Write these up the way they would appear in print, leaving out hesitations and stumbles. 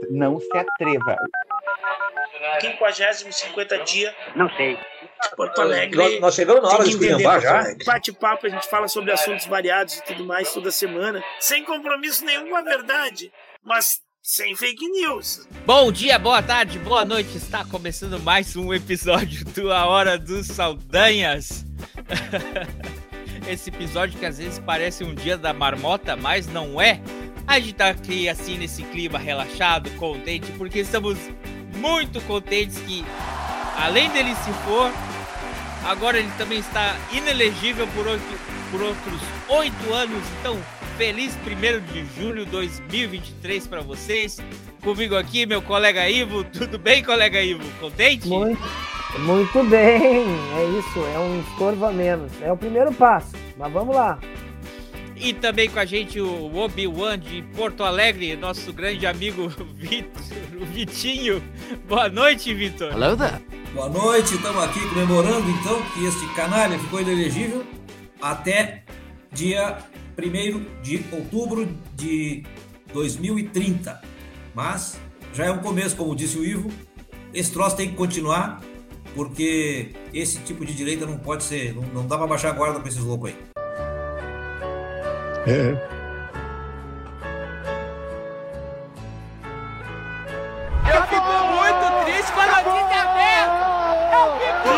Não se atreva. 50 dia. Não sei. De Porto Alegre. Nós chegamos na hora de esculhambar já. Bate-papo, a gente fala sobre assuntos variados e tudo mais toda semana. Sem compromisso nenhum com a verdade, mas sem fake news. Bom dia, boa tarde, boa noite. Está começando mais um episódio do A Hora dos Saldanhas. Esse episódio que às vezes parece um dia da marmota, mas não é. A gente tá aqui assim nesse clima relaxado, contente, porque estamos muito contentes que, além dele se for, agora ele também está inelegível por outros 8 anos. Então, feliz 1º de julho de 2023 para vocês. Comigo aqui, meu colega Ivo. Tudo bem, colega Ivo? Contente? Muito bem. É isso, é um estorvo a menos. É o primeiro passo, mas vamos lá. E também com a gente o Obi-Wan de Porto Alegre, nosso grande amigo o Vitinho. Boa noite, Vitor. Hello there. Boa noite, estamos aqui comemorando então que este canalha ficou inelegível até dia 1º de outubro de 2030. Mas já é um começo, como disse o Ivo. Esse troço tem que continuar, porque esse tipo de direita não pode ser, não dá para baixar a guarda com esses loucos aí. Eu fico muito triste com a notícia aberta. Eu fico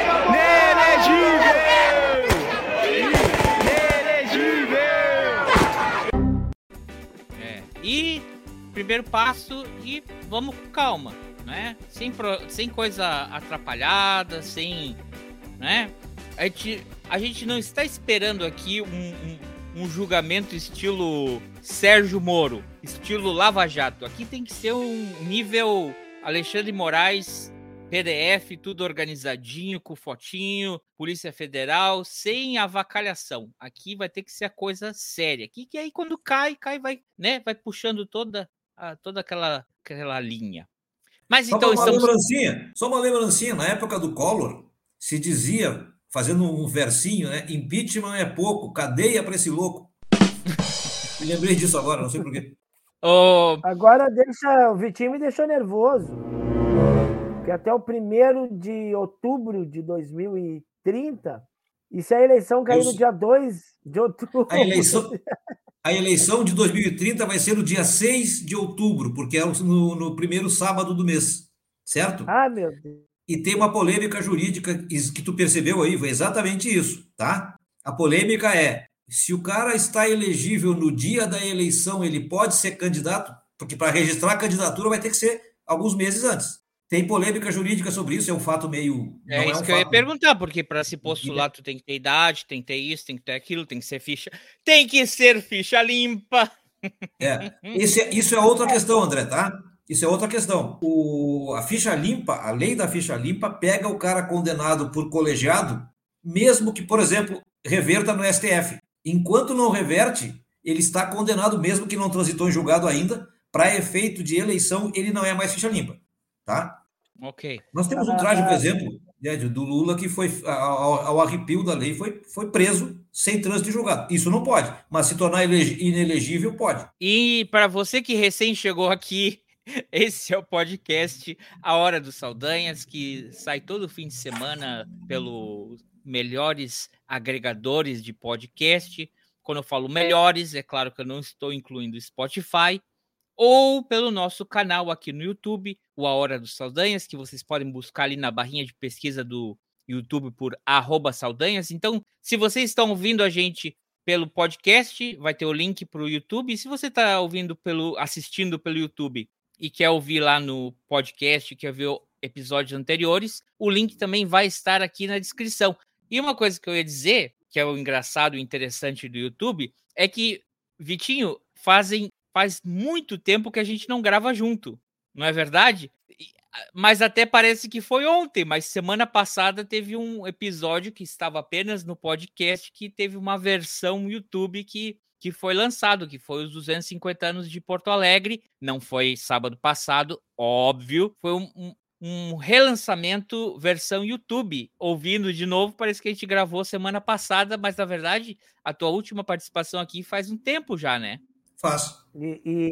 inelegível. E primeiro passo, e vamos com calma, né? Sem coisa atrapalhada, sem, né? A gente não está esperando aqui um julgamento estilo Sérgio Moro, estilo Lava Jato. Aqui tem que ser um nível Alexandre Moraes, PDF, tudo organizadinho, com fotinho, Polícia Federal, sem avacalhação. Aqui vai ter que ser a coisa séria. Aqui que aí quando cai, vai, né? Vai puxando toda aquela linha. Mas Só então Só uma lembrancinha, na época do Collor, se dizia, fazendo um versinho, né? Impeachment é pouco, cadeia para esse louco. Me lembrei disso agora, não sei porquê. Agora o Vitinho me deixou nervoso. Porque até o 1º de outubro de 2030, e se a eleição cair no dia 2 de outubro... A eleição de 2030 vai ser no dia 6 de outubro, porque é no primeiro sábado do mês, certo? Ah, meu Deus. E tem uma polêmica jurídica que tu percebeu aí, foi exatamente isso, tá? A polêmica é, se o cara está elegível no dia da eleição, ele pode ser candidato? Porque para registrar a candidatura vai ter que ser alguns meses antes. Tem polêmica jurídica sobre isso, é um fato meio... É isso que eu ia perguntar, porque para se postular tu tem que ter idade, tem que ter isso, tem que ter aquilo, tem que ser ficha... Tem que ser ficha limpa! Isso é outra questão, André, tá? Isso é outra questão. A ficha limpa, a lei da ficha limpa, pega o cara condenado por colegiado, mesmo que, por exemplo, reverta no STF. Enquanto não reverte, ele está condenado, mesmo que não transitou em julgado ainda, para efeito de eleição, ele não é mais ficha limpa. Tá? Ok. Nós temos um trágico exemplo do Lula que foi, ao arrepio da lei, foi preso sem trânsito de julgado. Isso não pode, mas se tornar inelegível, pode. E para você que recém chegou aqui, esse é o podcast A Hora dos Saldanhas, que sai todo fim de semana pelos melhores agregadores de podcast. Quando eu falo melhores, é claro que eu não estou incluindo Spotify, ou pelo nosso canal aqui no YouTube, o A Hora dos Saldanhas, que vocês podem buscar ali na barrinha de pesquisa do YouTube por @Saldanhas. Então, se vocês estão ouvindo a gente pelo podcast, vai ter o link para o YouTube. E se você está assistindo pelo YouTube e quer ouvir lá no podcast, quer ver episódios anteriores, o link também vai estar aqui na descrição. E uma coisa que eu ia dizer, que é o engraçado e interessante do YouTube, é que, Vitinho, faz muito tempo que a gente não grava junto, não é verdade? Mas até parece que foi ontem, mas semana passada teve um episódio que estava apenas no podcast, que teve uma versão YouTube que foi lançado, que foi os 250 anos de Porto Alegre. Não foi sábado passado, óbvio, foi um relançamento versão YouTube. Ouvindo de novo, parece que a gente gravou semana passada, mas na verdade a tua última participação aqui faz um tempo já, né? Faz.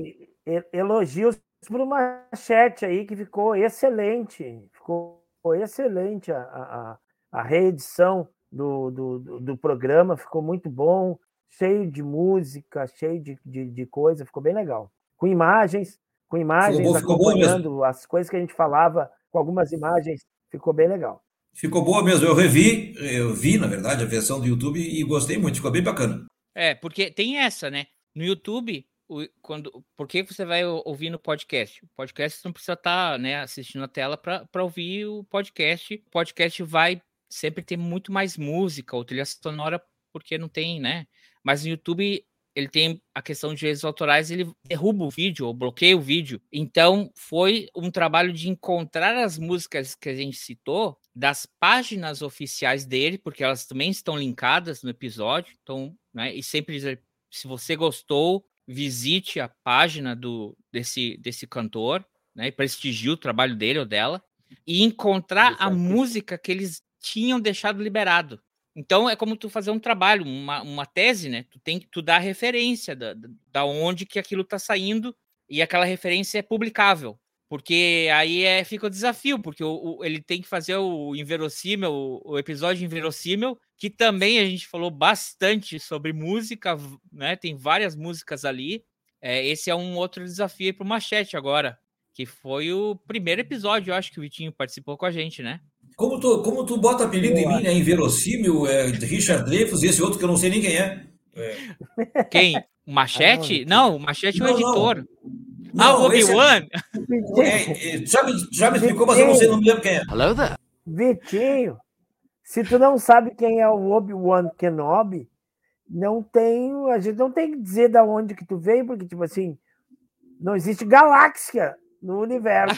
Elogios para o Machete aí, que ficou excelente. Ficou excelente a reedição do programa, ficou muito bom, cheio de música, cheio de coisa, ficou bem legal. Com imagens acompanhando as coisas que a gente falava, com algumas imagens, ficou bem legal. Ficou boa mesmo, eu vi, na verdade, a versão do YouTube e gostei muito, ficou bem bacana. Porque tem essa, né? No YouTube, por que você vai ouvir no podcast? O podcast não precisa estar, né, assistindo a tela para ouvir o podcast. O podcast vai sempre ter muito mais música ou trilha sonora, porque não tem, né? Mas no YouTube ele tem a questão de direitos autorais, ele derruba o vídeo ou bloqueia o vídeo. Então, foi um trabalho de encontrar as músicas que a gente citou das páginas oficiais dele, porque elas também estão linkadas no episódio. Então, né, e sempre dizer, se você gostou, visite a página desse cantor, né, e prestigie o trabalho dele ou dela, e encontrar a música que eles tinham deixado liberado. Então, é como tu fazer um trabalho, uma tese, né? Tu dá a referência da onde que aquilo tá saindo e aquela referência é publicável. Porque aí fica o desafio, porque ele tem que fazer o inverossímil, o episódio inverossímil, que também a gente falou bastante sobre música, né? Tem várias músicas ali. Esse é um outro desafio para o Machete agora, que foi o primeiro episódio, eu acho que o Vitinho participou com a gente, né? Como tu bota apelido em mim, né? Inverossímil, Richard Dreyfuss e esse outro que eu não sei nem quem é. Quem? O Machete? Não, o Machete é o editor. Não, o Obi-Wan? Já me explicou, mas eu não sei, não me lembro quem é. Hello there. Vitinho, se tu não sabe quem é o Obi-Wan Kenobi, a gente não tem que dizer da onde que tu veio, porque, tipo assim, não existe galáxia no universo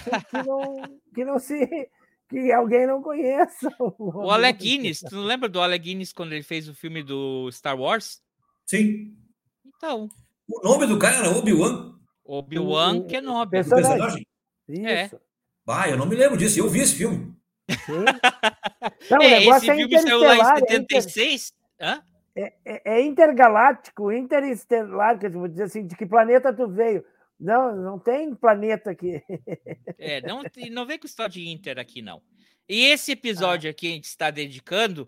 que alguém não conheça. O Alec Guinness, tu não lembra do Alec Guinness quando ele fez o filme do Star Wars? Sim. Então. O nome do cara era Obi-Wan? Obi-Wan Kenobi. Personagem? Isso. Eu não me lembro disso, eu vi esse filme. Sim. Não, o negócio esse filme saiu lá em 76? É intergaláctico, interestelar, que eu vou dizer assim, de que planeta tu veio? Não tem planeta aqui. Não vem com história de Inter aqui, não. E esse episódio aqui a gente está dedicando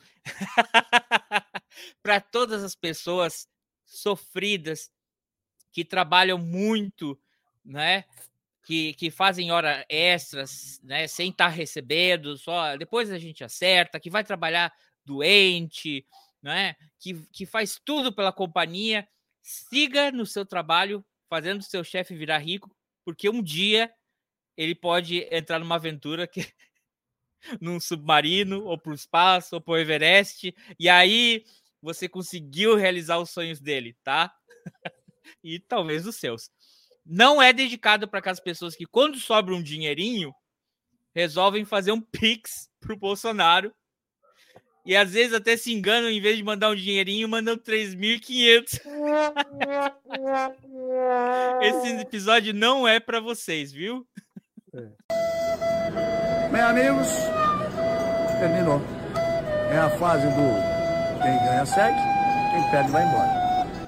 para todas as pessoas sofridas que trabalham muito, né? Que fazem horas extras, né? Sem estar recebendo, só depois a gente acerta, que vai trabalhar doente, né? Que faz tudo pela companhia. Siga no seu trabalho, fazendo o seu chefe virar rico, porque um dia ele pode entrar numa aventura num submarino, ou para o espaço, ou para o Everest, e aí você conseguiu realizar os sonhos dele, tá? E talvez os seus. Não é dedicado para aquelas pessoas que, quando sobra um dinheirinho, resolvem fazer um Pix pro Bolsonaro, e às vezes até se enganam, em vez de mandar um dinheirinho, mandam 3.500. Esse episódio não é para vocês, viu? Bem, amigos, terminou. É a fase do quem ganha segue, quem perde vai embora.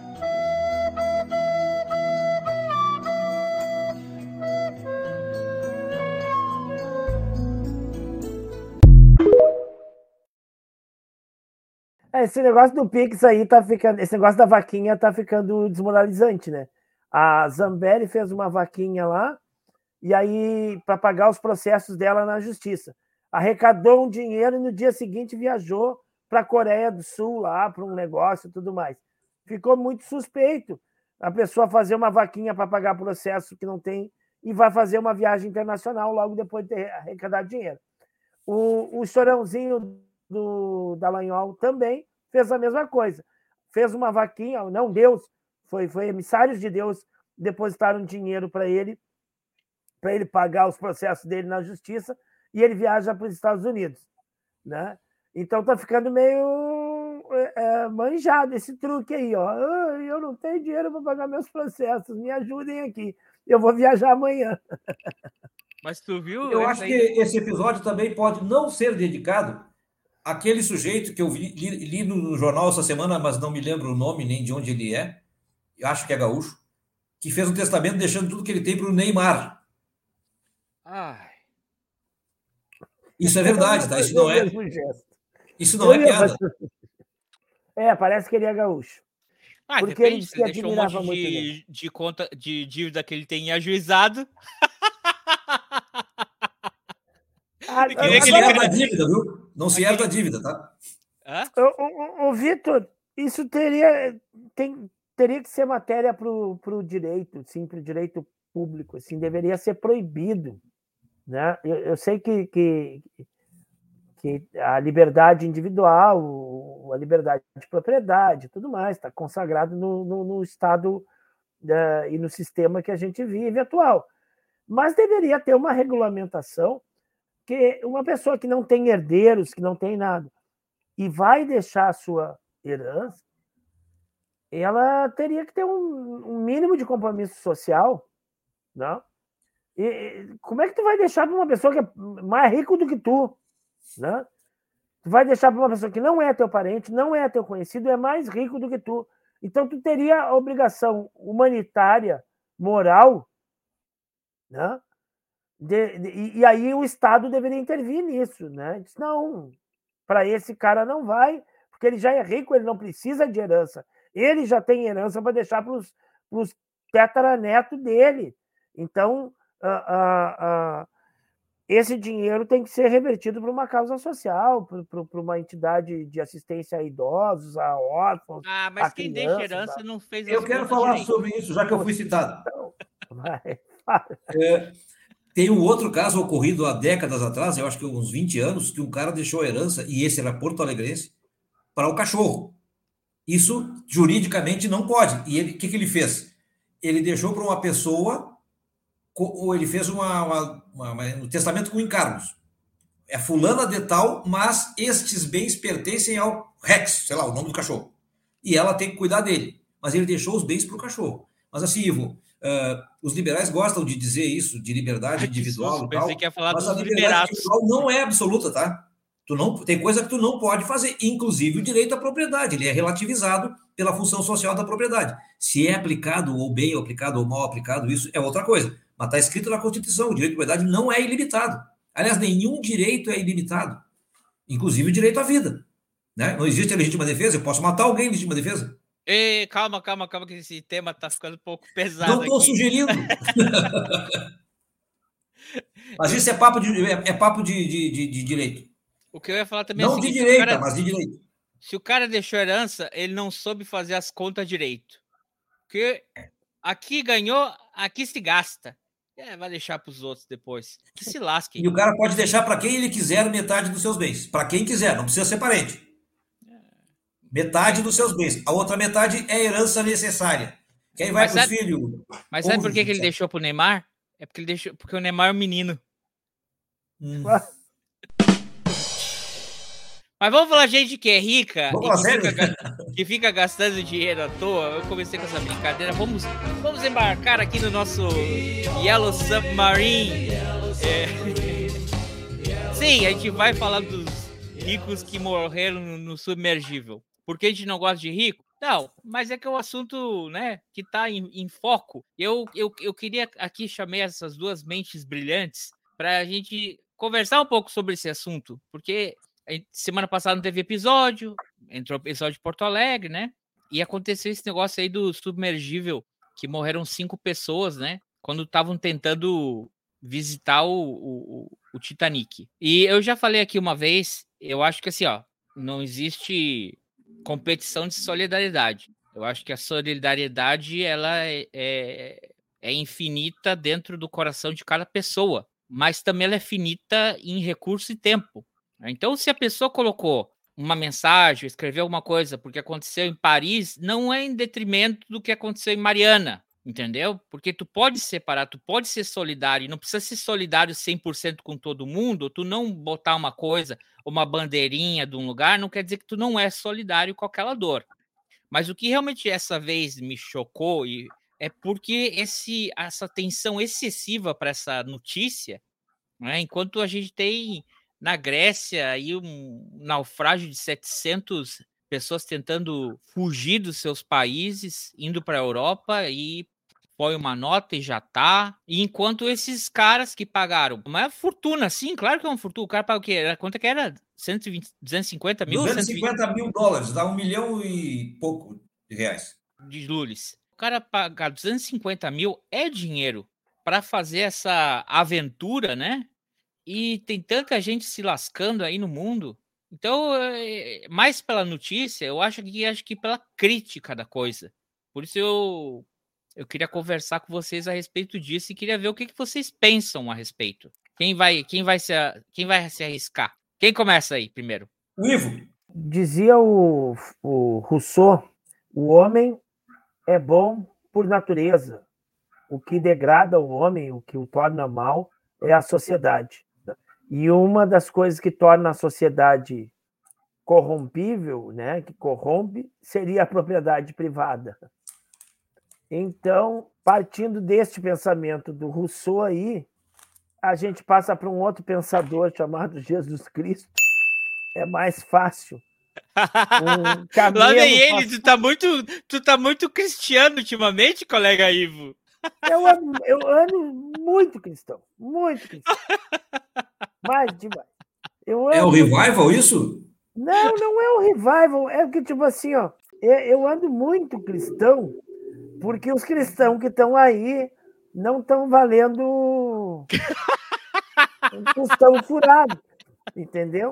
Esse negócio do Pix aí tá ficando. Esse negócio da vaquinha tá ficando desmoralizante, né? A Zambelli fez uma vaquinha lá, e aí, para pagar os processos dela na justiça. Arrecadou um dinheiro e no dia seguinte viajou para a Coreia do Sul, lá, para um negócio e tudo mais. Ficou muito suspeito a pessoa fazer uma vaquinha para pagar processo que não tem e vai fazer uma viagem internacional logo depois de ter arrecadado dinheiro. O Chorãozinho do Dallagnol também fez a mesma coisa. Fez uma vaquinha, não Deus, foi emissários de Deus, depositaram dinheiro para ele pagar os processos dele na justiça, e ele viaja para os Estados Unidos, né? Então tá ficando meio manjado esse truque aí, ó. Eu não tenho dinheiro para pagar meus processos, me ajudem aqui. Eu vou viajar amanhã. Mas tu viu? Eu acho que esse episódio também pode não ser dedicado àquele sujeito que eu li no jornal essa semana, mas não me lembro o nome nem de onde ele é. Eu acho que é gaúcho. que fez um testamento deixando tudo que ele tem para o Neymar. Ai. Isso é verdade, tá? Isso não é piada. Parece que ele é gaúcho. Porque depende, ele disse que admirava muito de conta de dívida que ele tem ajuizado. Não se herda a dívida, viu? Não se herda a dívida, tá? O Vitor, isso teria que ser matéria para o direito, sim, para o direito público, assim, deveria ser proibido, né? Eu sei que a liberdade individual, a liberdade de propriedade, tudo mais, está consagrado no Estado e no sistema que a gente vive atual. Mas deveria ter uma regulamentação que uma pessoa que não tem herdeiros, que não tem nada, e vai deixar a sua herança, ela teria que ter um mínimo de compromisso social, não? E como é que tu vai deixar para uma pessoa que é mais rico do que tu, né? Tu vai deixar para uma pessoa que não é teu parente, não é teu conhecido, é mais rico do que tu. Então tu teria a obrigação humanitária, moral, né? E aí o Estado deveria intervir nisso, né? Diz, não, para esse cara não vai, porque ele já é rico, ele não precisa de herança. Ele já tem herança para deixar para os tetaranetos dele. Então, esse dinheiro tem que ser revertido para uma causa social, para uma entidade de assistência a idosos, a órfãos. Mas quem deixa herança não fez as Eu quero falar sobre isso, já que eu fui citado. Tem um outro caso ocorrido há décadas atrás, eu acho que uns 20 anos, que um cara deixou a herança, e esse era porto-alegrense, para o cachorro. Isso, juridicamente, não pode. E o que ele fez? Ele deixou para uma pessoa, ou ele fez um testamento com encargos. É fulana de tal, mas estes bens pertencem ao Rex, sei lá, o nome do cachorro. E ela tem que cuidar dele. Mas ele deixou os bens para o cachorro. Mas assim, Ivo, os liberais gostam de dizer isso, de liberdade individual e tal, mas a liberdade individual não é absoluta, tá? Tem coisa que tu não pode fazer, inclusive o direito à propriedade, ele é relativizado pela função social da propriedade. Se é aplicado ou bem aplicado ou mal aplicado, isso é outra coisa. Mas está escrito na Constituição, o direito à propriedade não é ilimitado. Aliás, nenhum direito é ilimitado, inclusive o direito à vida, né? Não existe a legítima defesa, eu posso matar alguém em legítima defesa. Ei, calma, que esse tema tá ficando um pouco pesado. Não estou sugerindo. Mas isso é papo de direito. O que eu ia falar também não é de direita, mas de direito. Se o cara deixou herança, ele não soube fazer as contas direito. Porque aqui ganhou, aqui se gasta. Vai deixar para os outros depois. Que se lasquem. E o cara pode deixar para quem ele quiser metade dos seus bens. Para quem quiser, não precisa ser parente. Metade dos seus bens. A outra metade é herança necessária. Quem vai para os filhos. Mas sabe por que ele deixou para o Neymar? É porque o Neymar é um menino. Mas vamos falar gente que é rica e que fica gastando dinheiro à toa. Eu comecei com essa brincadeira. Vamos embarcar aqui no nosso Yellow Submarine. Sim, a gente vai falar dos ricos que morreram no submergível. Porque a gente não gosta de rico? Não, mas é que é um assunto, né, que está em foco. Eu queria aqui chamar essas duas mentes brilhantes para a gente conversar um pouco sobre esse assunto, porque semana passada não teve episódio, entrou o episódio de Porto Alegre, né? E aconteceu esse negócio aí do submergível, que morreram 5 pessoas, né? Quando estavam tentando visitar o Titanic. E eu já falei aqui uma vez, eu acho que assim, ó, não existe competição de solidariedade. Eu acho que a solidariedade, ela é infinita dentro do coração de cada pessoa, mas também ela é finita em recurso e tempo. Então, se a pessoa colocou uma mensagem, escreveu alguma coisa porque aconteceu em Paris, não é em detrimento do que aconteceu em Mariana, entendeu? Porque tu pode separar, tu pode ser solidário, não precisa ser solidário 100% com todo mundo, tu não botar uma coisa, uma bandeirinha de um lugar, não quer dizer que tu não é solidário com aquela dor. Mas o que realmente essa vez me chocou é porque essa tensão excessiva para essa notícia, né, enquanto a gente tem na Grécia aí um naufrágio de 700 pessoas tentando fugir dos seus países, indo para a Europa e põe uma nota e já tá. E enquanto esses caras que pagaram uma fortuna, sim, claro que é uma fortuna. O cara paga o quê? Quanto é que era? 250 mil? 250 mil dólares, dá 1 milhão e pouco de reais. De lules. O cara pagar 250 mil é dinheiro para fazer essa aventura, né? E tem tanta gente se lascando aí no mundo. Então, mais pela notícia, eu acho que pela crítica da coisa. Por isso eu queria conversar com vocês a respeito disso e queria ver o que vocês pensam a respeito. Quem vai se arriscar? Quem começa aí primeiro? O Ivo. Dizia o Rousseau, o homem é bom por natureza. O que degrada o homem, o que o torna mal, é a sociedade. E uma das coisas que torna a sociedade corrompível, né, que corrompe, seria a propriedade privada. Então, partindo deste pensamento do Rousseau aí, a gente passa para um outro pensador chamado Jesus Cristo. É mais fácil. Lá vem ele, tu tá muito cristiano ultimamente, colega Ivo. Eu ando muito cristão, muito cristão. Mais demais. É o revival isso? Não, não é o revival. É que, tipo assim, ó, eu ando muito cristão porque os cristãos que estão aí não estão valendo um cristão furado, entendeu?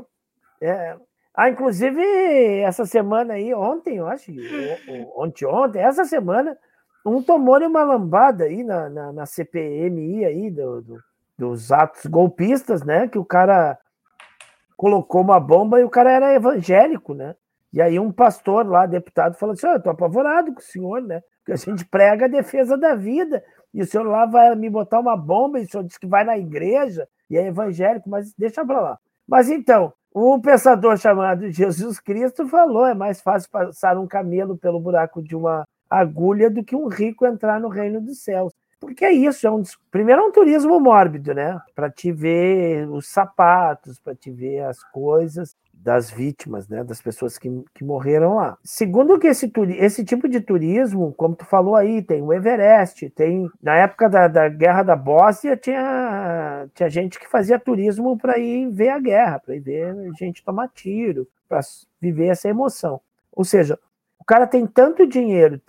Inclusive, essa semana aí, ontem, eu acho, ontem, essa semana, tomou uma lambada aí na CPMI aí dos atos golpistas, né? Que o cara colocou uma bomba e o cara era evangélico, né? E aí um pastor lá, deputado, falou assim, eu tô apavorado com o senhor, né? Porque a gente prega a defesa da vida e o senhor lá vai me botar uma bomba e o senhor diz que vai na igreja e é evangélico, mas deixa pra lá. Mas então, um pensador chamado Jesus Cristo falou, é mais fácil passar um camelo pelo buraco de uma agulha do que um rico entrar no reino dos céus. Porque é isso, primeiro é um turismo mórbido, né? Para te ver os sapatos, para te ver as coisas das vítimas, né? Das pessoas que morreram lá. Segundo que esse tipo de turismo, como tu falou aí, tem o Everest, tem na época da Guerra da Bósnia tinha gente que fazia turismo para ir ver a guerra, para ir ver gente tomar tiro, para viver essa emoção. Ou seja, o cara tem tanto dinheiro,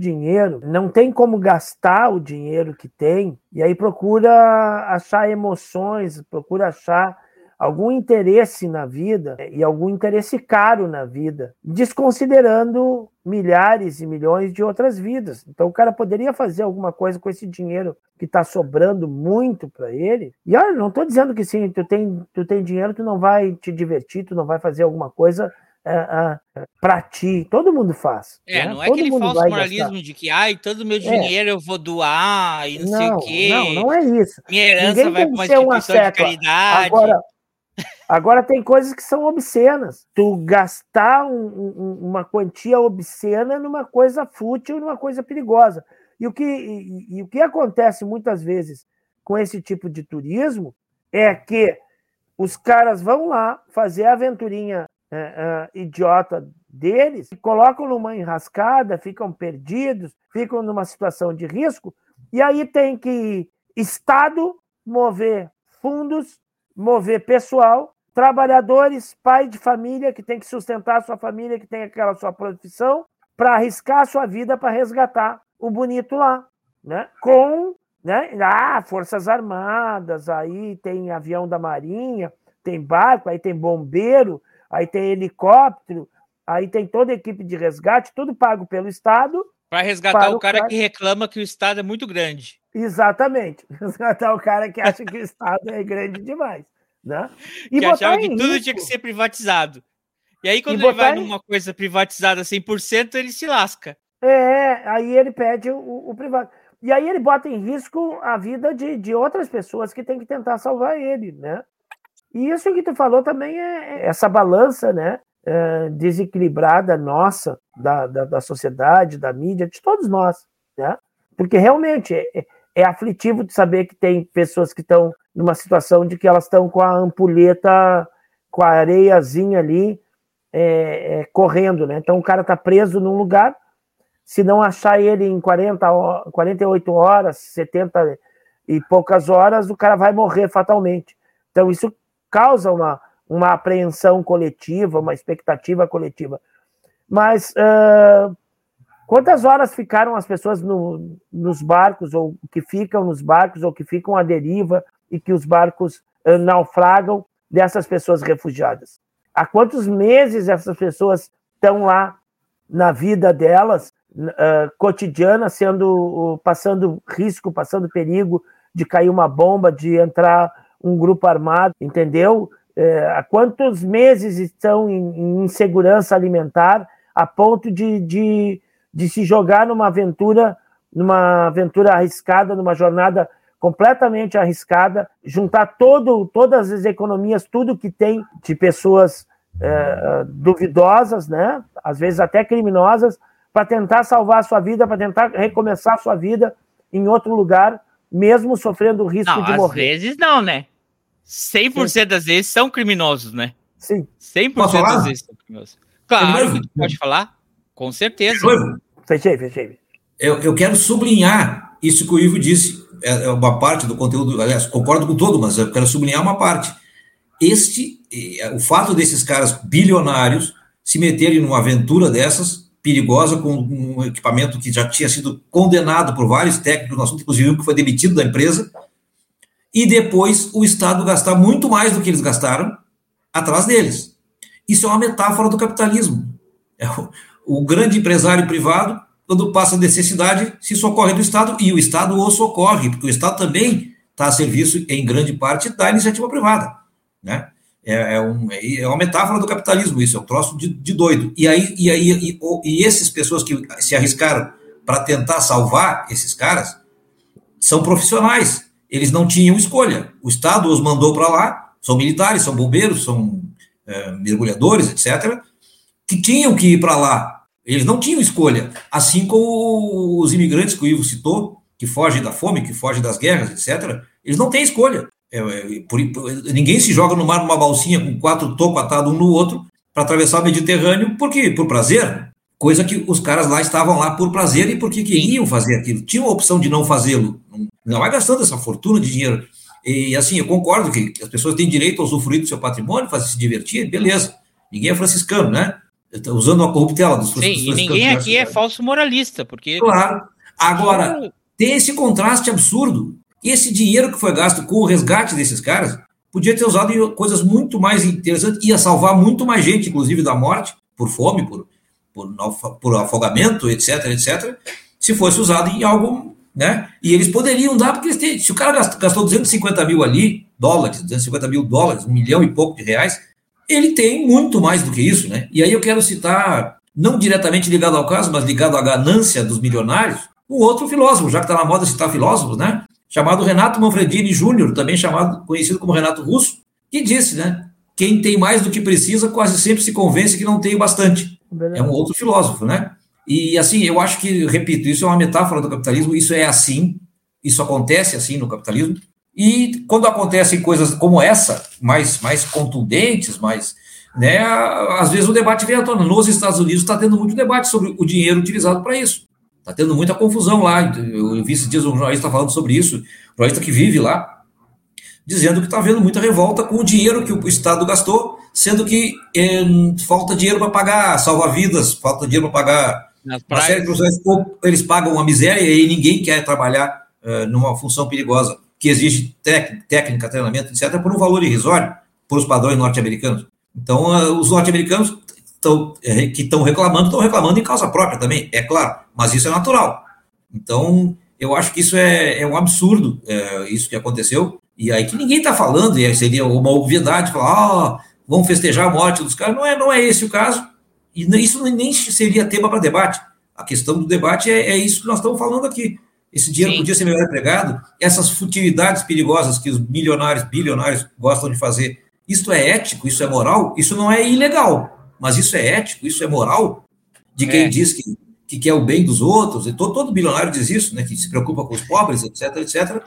não tem como gastar o dinheiro que tem, e aí procura achar emoções, procura achar algum interesse na vida e algum interesse caro na vida, desconsiderando milhares e milhões de outras vidas. Então o cara poderia fazer alguma coisa com esse dinheiro que está sobrando muito para ele. E olha, não estou dizendo que sim, tu tem dinheiro, tu não vai te divertir, tu não vai fazer alguma coisa para ti, todo mundo faz. Né? Não é aquele falso moralismo gastar. De que todo meu dinheiro eu vou doar e não sei o quê. Não é isso. Minha herança vai para uma instituição de caridade. Agora tem coisas que são obscenas. Tu gastar uma quantia obscena numa coisa fútil, numa coisa perigosa. E o que acontece muitas vezes com esse tipo de turismo é que os caras vão lá fazer a aventurinha idiota deles, colocam numa enrascada, ficam perdidos, ficam numa situação de risco, e aí tem que Estado mover fundos, mover pessoal, trabalhadores, pai de família que tem que sustentar a sua família, que tem aquela sua profissão, para arriscar a sua vida para resgatar o bonito lá, né? Forças Armadas, aí tem avião da Marinha, tem barco, aí tem bombeiro, aí tem helicóptero, aí tem toda a equipe de resgate, tudo pago pelo Estado. Para resgatar o cara que reclama que o Estado é muito grande. Exatamente. Resgatar o cara que acha que o Estado é grande demais. Né? E que achava que tudo tinha que ser privatizado. E aí, quando ele vai numa coisa privatizada 100%, ele se lasca. Aí ele pede o privado. E aí ele bota em risco a vida de outras pessoas que tem que tentar salvar ele, né? E isso que tu falou também é essa balança, né? Desequilibrada nossa, da sociedade, da mídia, de todos nós, né? Porque realmente é aflitivo de saber que tem pessoas que estão numa situação de que elas estão com a ampulheta, com a areiazinha ali, correndo, né? Então o cara está preso num lugar, se não achar ele em 48 horas, 70 e poucas horas, o cara vai morrer fatalmente. Então, isso causa uma apreensão coletiva, uma expectativa coletiva. Mas quantas horas ficaram as pessoas nos barcos, ou que ficam nos barcos, ou que ficam à deriva, e que os barcos naufragam dessas pessoas refugiadas? Há quantos meses essas pessoas estão lá na vida delas, cotidiana, passando risco, passando perigo de cair uma bomba, de entrar um grupo armado, entendeu? Há quantos meses estão em insegurança alimentar a ponto de se jogar numa aventura arriscada, numa jornada completamente arriscada, juntar todas as economias, tudo que tem de pessoas duvidosas, né? Às vezes até criminosas, para tentar salvar a sua vida, para tentar recomeçar a sua vida em outro lugar, mesmo sofrendo o risco de morrer. Às vezes não, né? 100% das vezes são criminosos, né? Sim. 100% das vezes são criminosos. Claro que tu pode falar, com certeza. Fechei. Eu quero sublinhar isso que o Ivo disse, é uma parte do conteúdo, aliás, concordo com todo, mas eu quero sublinhar uma parte. O fato desses caras bilionários se meterem numa aventura dessas, perigosa, com um equipamento que já tinha sido condenado por vários técnicos no assunto, inclusive um que foi demitido da empresa, e depois o Estado gastar muito mais do que eles gastaram atrás deles. Isso é uma metáfora do capitalismo. O grande empresário privado, quando passa necessidade, se socorre do Estado, e o Estado o socorre, porque o Estado também está a serviço, em grande parte, da iniciativa privada, né? É uma metáfora do capitalismo, isso é um troço de doido. E essas pessoas que se arriscaram para tentar salvar esses caras são profissionais, eles não tinham escolha. O Estado os mandou para lá, são militares, são bombeiros, são mergulhadores, etc., que tinham que ir para lá. Eles não tinham escolha, assim como os imigrantes que o Ivo citou, que fogem da fome, que fogem das guerras, etc., eles não têm escolha. Ninguém se joga no mar numa balsinha com 4 tocos atados um no outro para atravessar o Mediterrâneo, por quê? Por prazer, coisa que os caras lá estavam lá por prazer e porque queriam fazer aquilo, tinham a opção de não fazê-lo, não vai gastando essa fortuna de dinheiro. E assim, eu concordo que as pessoas têm direito a usufruir do seu patrimônio, fazer se divertir, beleza, ninguém é franciscano, né? Usando a corruptela dos franciscanos. Sim, e ninguém aqui é falso moralista, porque... Claro, agora, tem esse contraste absurdo. Esse dinheiro que foi gasto com o resgate desses caras podia ter usado em coisas muito mais interessantes, ia salvar muito mais gente, inclusive da morte, por fome, por afogamento, etc., se fosse usado em algo, né? E eles poderiam dar, porque se o cara gastou 250 mil ali, $250 mil, $1 milhão e pouco de reais, ele tem muito mais do que isso, né? E aí eu quero citar, não diretamente ligado ao caso, mas ligado à ganância dos milionários, um outro filósofo, já que está na moda citar filósofos, né? Chamado Renato Manfredini Júnior, também conhecido como Renato Russo, que disse, né? Quem tem mais do que precisa quase sempre se convence que não tem bastante. É um outro filósofo, né? E assim, eu acho que, repito, isso é uma metáfora do capitalismo, isso é assim, isso acontece assim no capitalismo, e quando acontecem coisas como essa, mais contundentes, né, às vezes o debate vem à tona. Nos Estados Unidos está tendo muito debate sobre o dinheiro utilizado para isso. Está tendo muita confusão lá. Eu vi esses dias um jornalista falando sobre isso, um jornalista que vive lá, dizendo que está havendo muita revolta com o dinheiro que o Estado gastou, sendo que falta dinheiro para pagar salva-vidas, falta dinheiro para pagar uma série de profissionais, ou eles pagam uma miséria e aí ninguém quer trabalhar numa função perigosa, que exige técnica, treinamento, etc., por um valor irrisório, por os padrões norte-americanos. Então, os norte-americanos que estão reclamando em causa própria também, é claro, mas isso é natural. Então, eu acho que isso é um absurdo, isso que aconteceu, e aí que ninguém está falando, e aí seria uma obviedade, falar, vamos festejar a morte dos caras, não é esse o caso, e isso nem seria tema para debate. A questão do debate é isso que nós estamos falando aqui. Esse dinheiro podia ser melhor empregado, essas futilidades perigosas que os milionários, bilionários gostam de fazer, isso é ético, isso é moral, isso não é ilegal, mas isso é ético, isso é moral, de quem diz que quer o bem dos outros, e todo bilionário diz isso, né, que se preocupa com os pobres, etc.,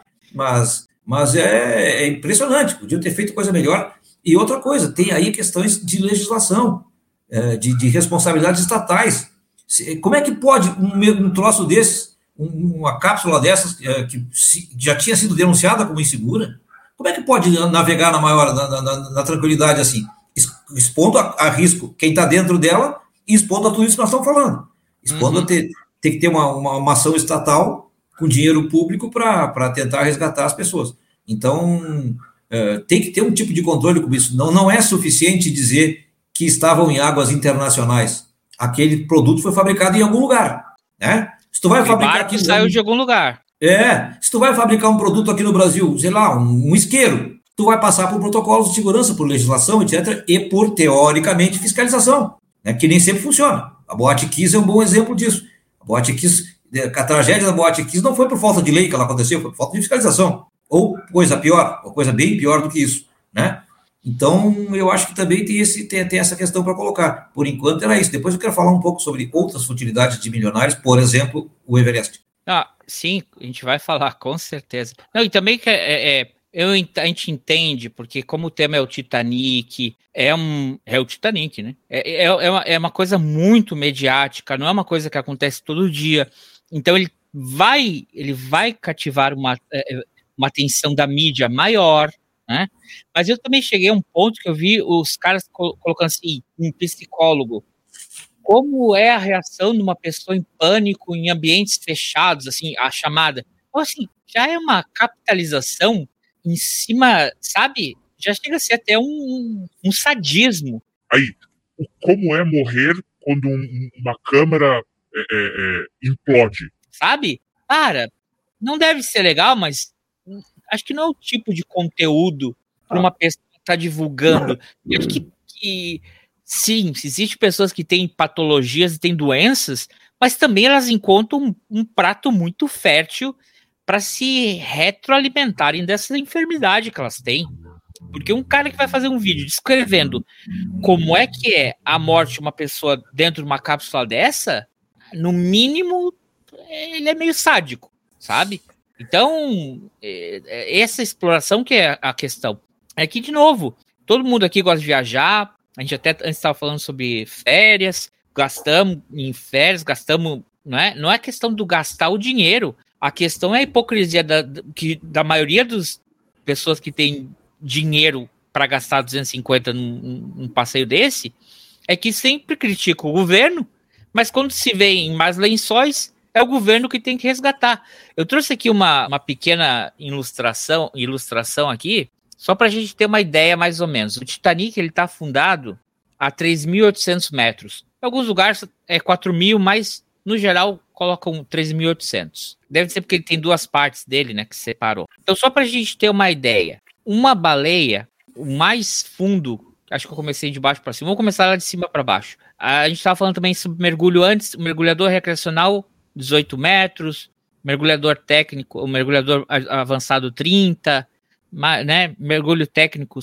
mas é impressionante, podiam ter feito coisa melhor. E outra coisa, tem aí questões de legislação, de responsabilidades estatais. Como é que pode um troço desses, uma cápsula dessas, que já tinha sido denunciada como insegura, como é que pode navegar na tranquilidade assim? Expondo a risco quem está dentro dela e expondo a tudo isso que nós estamos falando. Expondo a ter que ter uma ação estatal com dinheiro público para tentar resgatar as pessoas. Então, tem que ter um tipo de controle com isso. Não é suficiente dizer que estavam em águas internacionais. Aquele produto foi fabricado em algum lugar, né? Se tu vai fabricar aqui, saiu de algum lugar. Se tu vai fabricar um produto aqui no Brasil, sei lá, um isqueiro, tu vai passar por protocolos de segurança, por legislação, etc., e por, teoricamente, fiscalização, né? Que nem sempre funciona. A Boate Kiss é um bom exemplo disso. A tragédia da Boate Kiss não foi por falta de lei que ela aconteceu, foi por falta de fiscalização. Ou coisa pior, ou coisa bem pior do que isso, né? Então, eu acho que também tem essa questão para colocar. Por enquanto, era isso. Depois eu quero falar um pouco sobre outras futilidades de milionários, por exemplo, o Everest. Sim, a gente vai falar, com certeza. Não, e também que a gente entende, porque como o tema é o Titanic, é o Titanic, né? É uma coisa muito mediática, não é uma coisa que acontece todo dia. Então, ele vai cativar uma atenção da mídia maior, né? Mas eu também cheguei a um ponto que eu vi os caras colocando assim, um psicólogo, como é a reação de uma pessoa em pânico em ambientes fechados, assim, a chamada. Então, assim, já é uma capitalização em cima, sabe? Já chega a ser até um sadismo. Aí, como é morrer quando uma câmera implode? Sabe? Cara, não deve ser legal, mas acho que não é o tipo de conteúdo para uma pessoa que está divulgando. Eu acho que sim, existem pessoas que têm patologias e têm doenças, mas também elas encontram um prato muito fértil para se retroalimentarem dessa enfermidade que elas têm. Porque um cara que vai fazer um vídeo descrevendo como é que é a morte de uma pessoa dentro de uma cápsula dessa, no mínimo, ele é meio sádico, sabe? Então, essa exploração que é a questão. É que, de novo, todo mundo aqui gosta de viajar, a gente até antes estava falando sobre férias, gastamos em férias, não é questão do gastar o dinheiro, a questão é a hipocrisia da maioria das pessoas que têm dinheiro para gastar 250 num passeio desse, é que sempre critica o governo, mas quando se vê em mais lençóis, é o governo que tem que resgatar. Eu trouxe aqui uma pequena ilustração aqui, só para a gente ter uma ideia mais ou menos. O Titanic está afundado a 3.800 metros. Em alguns lugares é 4.000, mas no geral colocam 3.800. Deve ser porque ele tem duas partes dele, né, que separou. Então só para a gente ter uma ideia. Uma baleia, o mais fundo, acho que eu comecei de baixo para cima, vamos começar lá de cima para baixo. A gente estava falando também sobre mergulho antes, o mergulhador recreacional 18 metros, mergulhador técnico, o mergulhador avançado 30, né? Mergulho técnico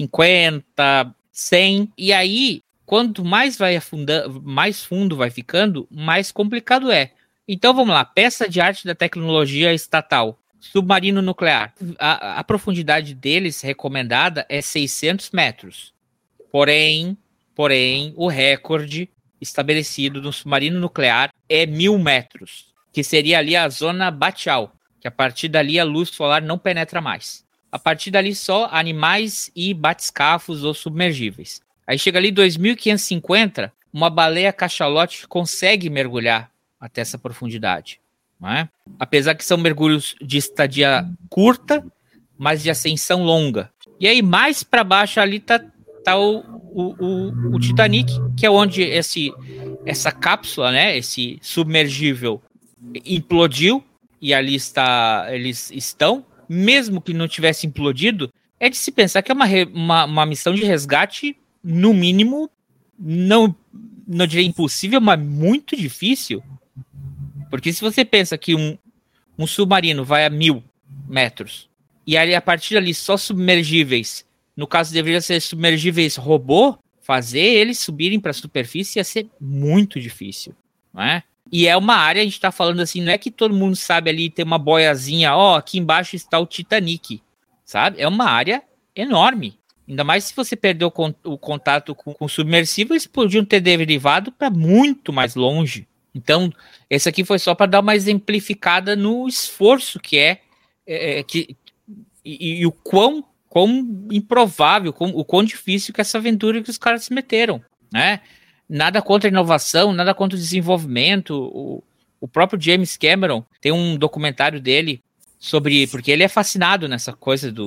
50, 100, e aí, quanto mais vai afundando, mais fundo vai ficando, mais complicado é. Então vamos lá, peça de arte da tecnologia estatal, submarino nuclear. A profundidade deles recomendada é 600 metros, porém, o recorde estabelecido no submarino nuclear é 1.000 metros, que seria ali a zona Batial, que a partir dali a luz solar não penetra mais. A partir dali só animais e batiscafos ou submergíveis. Aí chega ali 2.550, uma baleia cachalote consegue mergulhar até essa profundidade, não é? Apesar que são mergulhos de estadia curta, mas de ascensão longa. E aí mais para baixo ali tá o Titanic, que é onde essa cápsula, né, esse submergível implodiu, e ali eles estão. Mesmo que não tivesse implodido, é de se pensar que é uma missão de resgate, no mínimo, não diria impossível, mas muito difícil. Porque se você pensa que um submarino vai a 1.000 metros, e ali, a partir dali só submergíveis, no caso deveria ser submergíveis robô, fazer eles subirem para a superfície ia ser muito difícil, não é? E é uma área, a gente está falando assim, não é que todo mundo sabe ali ter uma boiazinha, aqui embaixo está o Titanic, sabe? É uma área enorme. Ainda mais se você perdeu o contato com submersíveis, podiam ter derivado para muito mais longe, Então, esse aqui foi só para dar uma exemplificada no esforço que e o quão improvável, o quão difícil que essa aventura que os caras se meteram, né? Nada contra a inovação, nada contra o desenvolvimento. O próprio James Cameron tem um documentário dele porque ele é fascinado nessa coisa do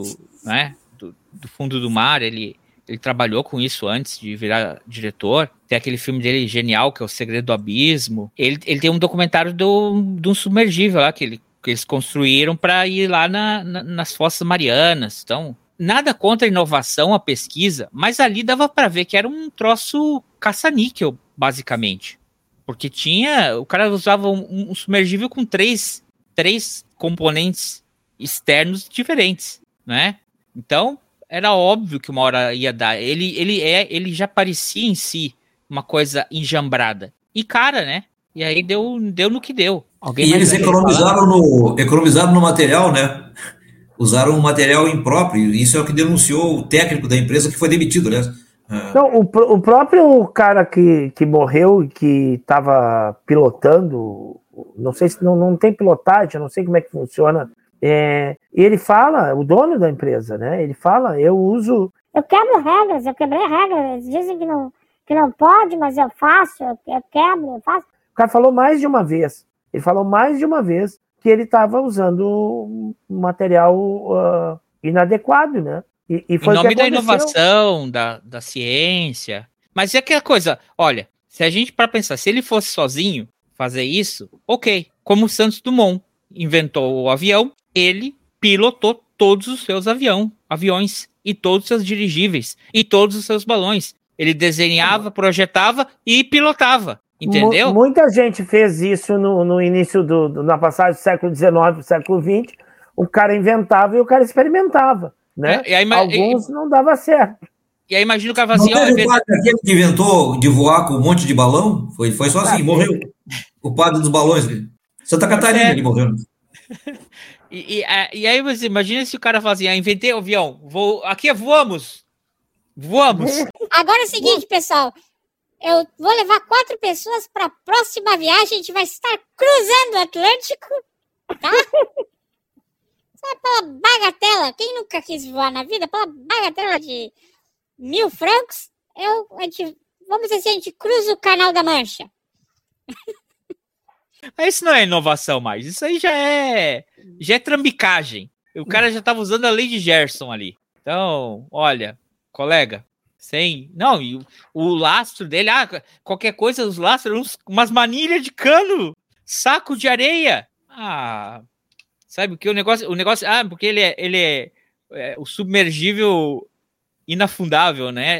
fundo do mar, ele trabalhou com isso antes de virar diretor. Tem aquele filme dele genial, que é O Segredo do Abismo. Ele tem um documentário de um submergível lá, que eles construíram para ir lá nas Fossas Marianas. Então, nada contra a inovação, a pesquisa, mas ali dava para ver que era um troço caça-níquel, basicamente. Porque o cara usava um submergível com três componentes externos diferentes, né? Então, era óbvio que uma hora ia dar. Ele já parecia em si uma coisa enjambrada. E cara, né? E aí deu no que deu. E eles economizaram no material, né? Usaram um material impróprio. Isso é o que denunciou o técnico da empresa que foi demitido, né? Então, o próprio cara que morreu e que estava pilotando, não sei se não tem pilotagem, não sei como é que funciona. Ele fala, o dono da empresa, né? Ele fala, eu quebro regras, eu quebrei regras. Eles dizem que não pode, mas eu faço, eu quebro, eu faço. O cara falou mais de uma vez. Ele falou mais de uma vez que ele estava usando um material inadequado, né? E foi em nome da inovação, da ciência. Mas é aquela coisa, olha, se a gente para pensar, se ele fosse sozinho fazer isso, ok. Como o Santos Dumont inventou o avião, ele pilotou todos os seus aviões e todos os seus dirigíveis e todos os seus balões. Ele desenhava, projetava e pilotava, entendeu? Muita gente fez isso no início na passagem do século XIX para o século XX. O cara inventava e o cara experimentava, né? Alguns não dava certo. E aí imagina o cara fazia... Não teve o padre aquele que inventou de voar com um monte de balão? Foi só assim, morreu. O padre dos balões. Santa Catarina, ele morreu. E aí você imagina se o cara fazia, inventei o avião, aqui voamos. Agora é o seguinte, pessoal, eu vou levar 4 pessoas para a próxima viagem, a gente vai estar cruzando o Atlântico, tá? Sabe, pela bagatela, quem nunca quis voar na vida, pela bagatela de 1.000 francos, vamos dizer assim, a gente cruza o Canal da Mancha. Isso não é inovação mais, isso aí já é trambicagem. O cara já estava usando a lei de Gerson ali. Então, olha, colega, e o lastro dele, qualquer coisa, os lastros, umas manilhas de cano, saco de areia. Sabe o que o negócio, porque ele é o submergível inafundável, né?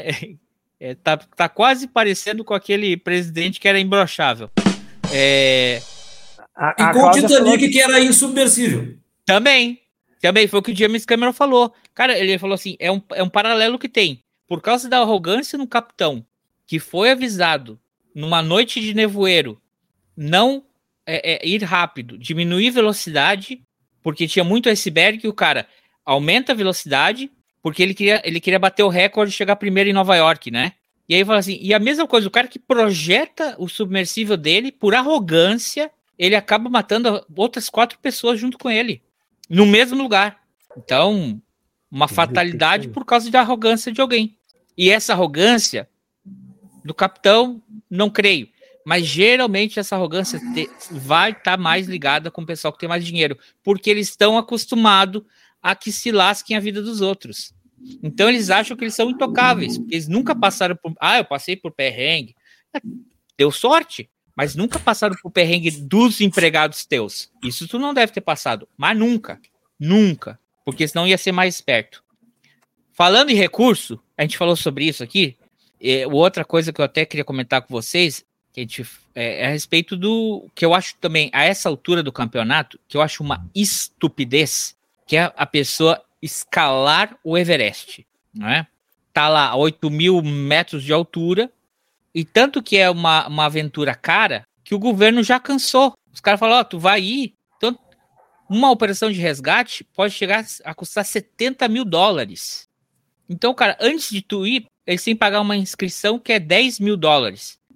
Tá quase parecendo com aquele presidente que era imbrochável. E com o Titanic, que era insubmersível. Também foi o que o James Cameron falou. Cara, ele falou assim, é um paralelo que tem. Por causa da arrogância no capitão, que foi avisado numa noite de nevoeiro, não ir rápido, diminuir velocidade, porque tinha muito iceberg, e o cara aumenta a velocidade, porque ele queria bater o recorde e chegar primeiro em Nova York, né? E aí fala assim, e a mesma coisa, o cara que projeta o submersível dele, por arrogância, ele acaba matando outras 4 pessoas junto com ele, no mesmo lugar. Então, uma fatalidade por causa da arrogância de alguém. E essa arrogância do capitão, não creio. Mas geralmente essa arrogância vai estar mais ligada com o pessoal que tem mais dinheiro, porque eles estão acostumados a que se lasquem a vida dos outros. Então eles acham que eles são intocáveis, porque eles nunca passaram por... eu passei por perrengue. Deu sorte, mas nunca passaram por perrengue dos empregados teus. Isso tu não deve ter passado, mas nunca, porque senão ia ser mais esperto. Falando em recurso, a gente falou sobre isso aqui, outra coisa que eu até queria comentar com vocês, que a gente, a respeito do que eu acho também, a essa altura do campeonato, que eu acho uma estupidez, que é a pessoa escalar o Everest, não é? Tá lá a 8.000 metros de altura, e tanto que é uma aventura cara, que o governo já cansou. Os caras falam, tu vai ir, então uma operação de resgate pode chegar a custar $70 mil. Então, cara, antes de tu ir, eles têm que pagar uma inscrição que é $10 mil.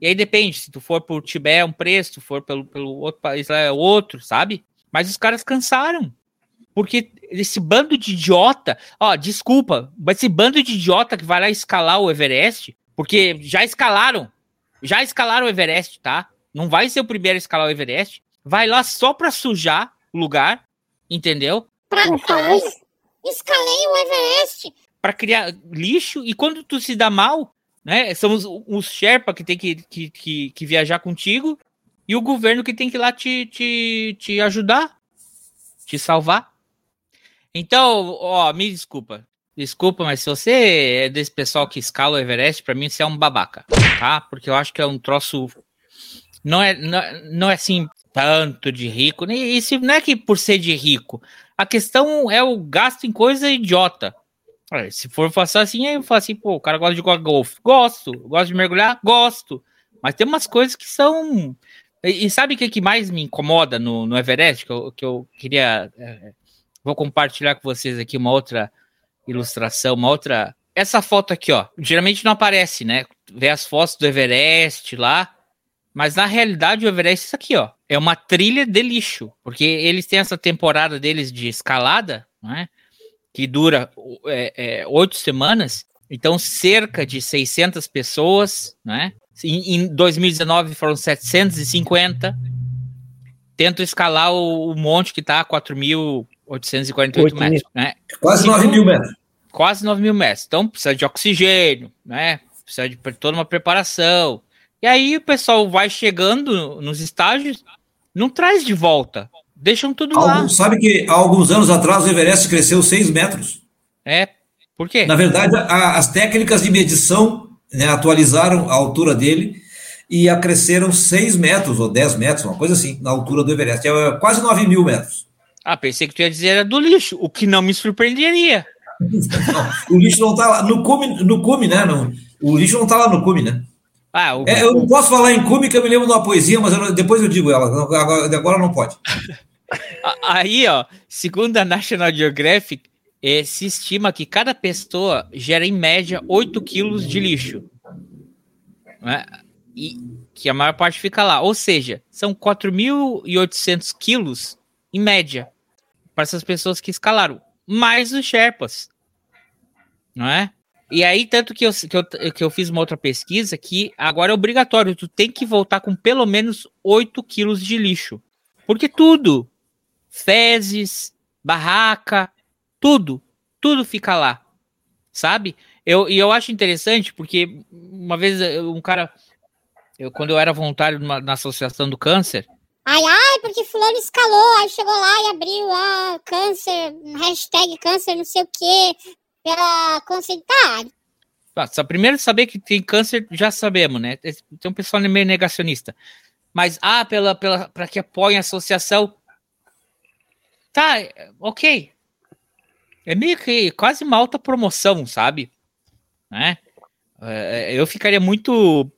E aí depende, se tu for por Tibete é um preço, se tu for pelo outro país lá é outro, sabe? Mas os caras cansaram. Porque esse bando de idiota... desculpa, mas esse bando de idiota que vai lá escalar o Everest, porque já escalaram o Everest, tá? Não vai ser o primeiro a escalar o Everest. Vai lá só pra sujar o lugar, entendeu? Escalei o Everest. Pra criar lixo, e quando tu se dá mal, né? São os Sherpa que tem que viajar contigo, e o governo que tem que ir lá te ajudar, te salvar. Então, me desculpa, mas se você é desse pessoal que escala o Everest, pra mim você é um babaca, tá? Porque eu acho que é um troço, não é assim, tanto de rico, e isso não é que por ser de rico, a questão é o gasto em coisa idiota. Se for fazer assim, eu falo assim, pô, o cara gosta de jogar golfe, gosto de mergulhar, gosto, mas tem umas coisas que são... E sabe o que mais me incomoda no Everest, que eu queria... Vou compartilhar com vocês aqui uma outra ilustração, essa foto aqui, ó, geralmente não aparece, né? Vê as fotos do Everest lá, mas na realidade o Everest é isso aqui, ó, é uma trilha de lixo, porque eles têm essa temporada deles de escalada, né? Que dura 8 semanas, então cerca de 600 pessoas, né? Em 2019 foram 750, tentam escalar o monte que está a 4.848 metros, né? Quase 9 mil metros. Quase 9 mil metros. Então precisa de oxigênio, né? Precisa de toda uma preparação. E aí o pessoal vai chegando nos estágios, não traz de volta. Deixam tudo lá. Sabe que há alguns anos atrás o Everest cresceu 6 metros? Por quê? Na verdade, as técnicas de medição, né, atualizaram a altura dele e acresceram 6 metros ou 10 metros, uma coisa assim, na altura do Everest. É quase 9 mil metros. Pensei que tu ia dizer era do lixo, o que não me surpreenderia. Não, o lixo não está lá no cume, né? O lixo não está lá no cume, né? Eu não posso falar em cume, que eu me lembro de uma poesia, mas depois eu digo ela, agora não pode. Aí, ó, segundo a National Geographic, se estima que cada pessoa gera em média 8 quilos de lixo, né? E que a maior parte fica lá. Ou seja, são 4.800 quilos em média para essas pessoas que escalaram, mais os Sherpas, não é? E aí, tanto que eu fiz uma outra pesquisa que agora é obrigatório, tu tem que voltar com pelo menos 8 quilos de lixo. Porque tudo, fezes, barraca, tudo fica lá, sabe? E eu acho interessante porque uma vez um cara, quando eu era voluntário na Associação do Câncer... porque fulano escalou, aí chegou lá e abriu câncer, hashtag câncer, não sei o quê... Pela câncer, primeiro saber que tem câncer, já sabemos, né? Tem um pessoal meio negacionista. Mas, para que apoiem a associação. Tá, ok. É meio que quase uma alta promoção, sabe? Né? Eu ficaria muito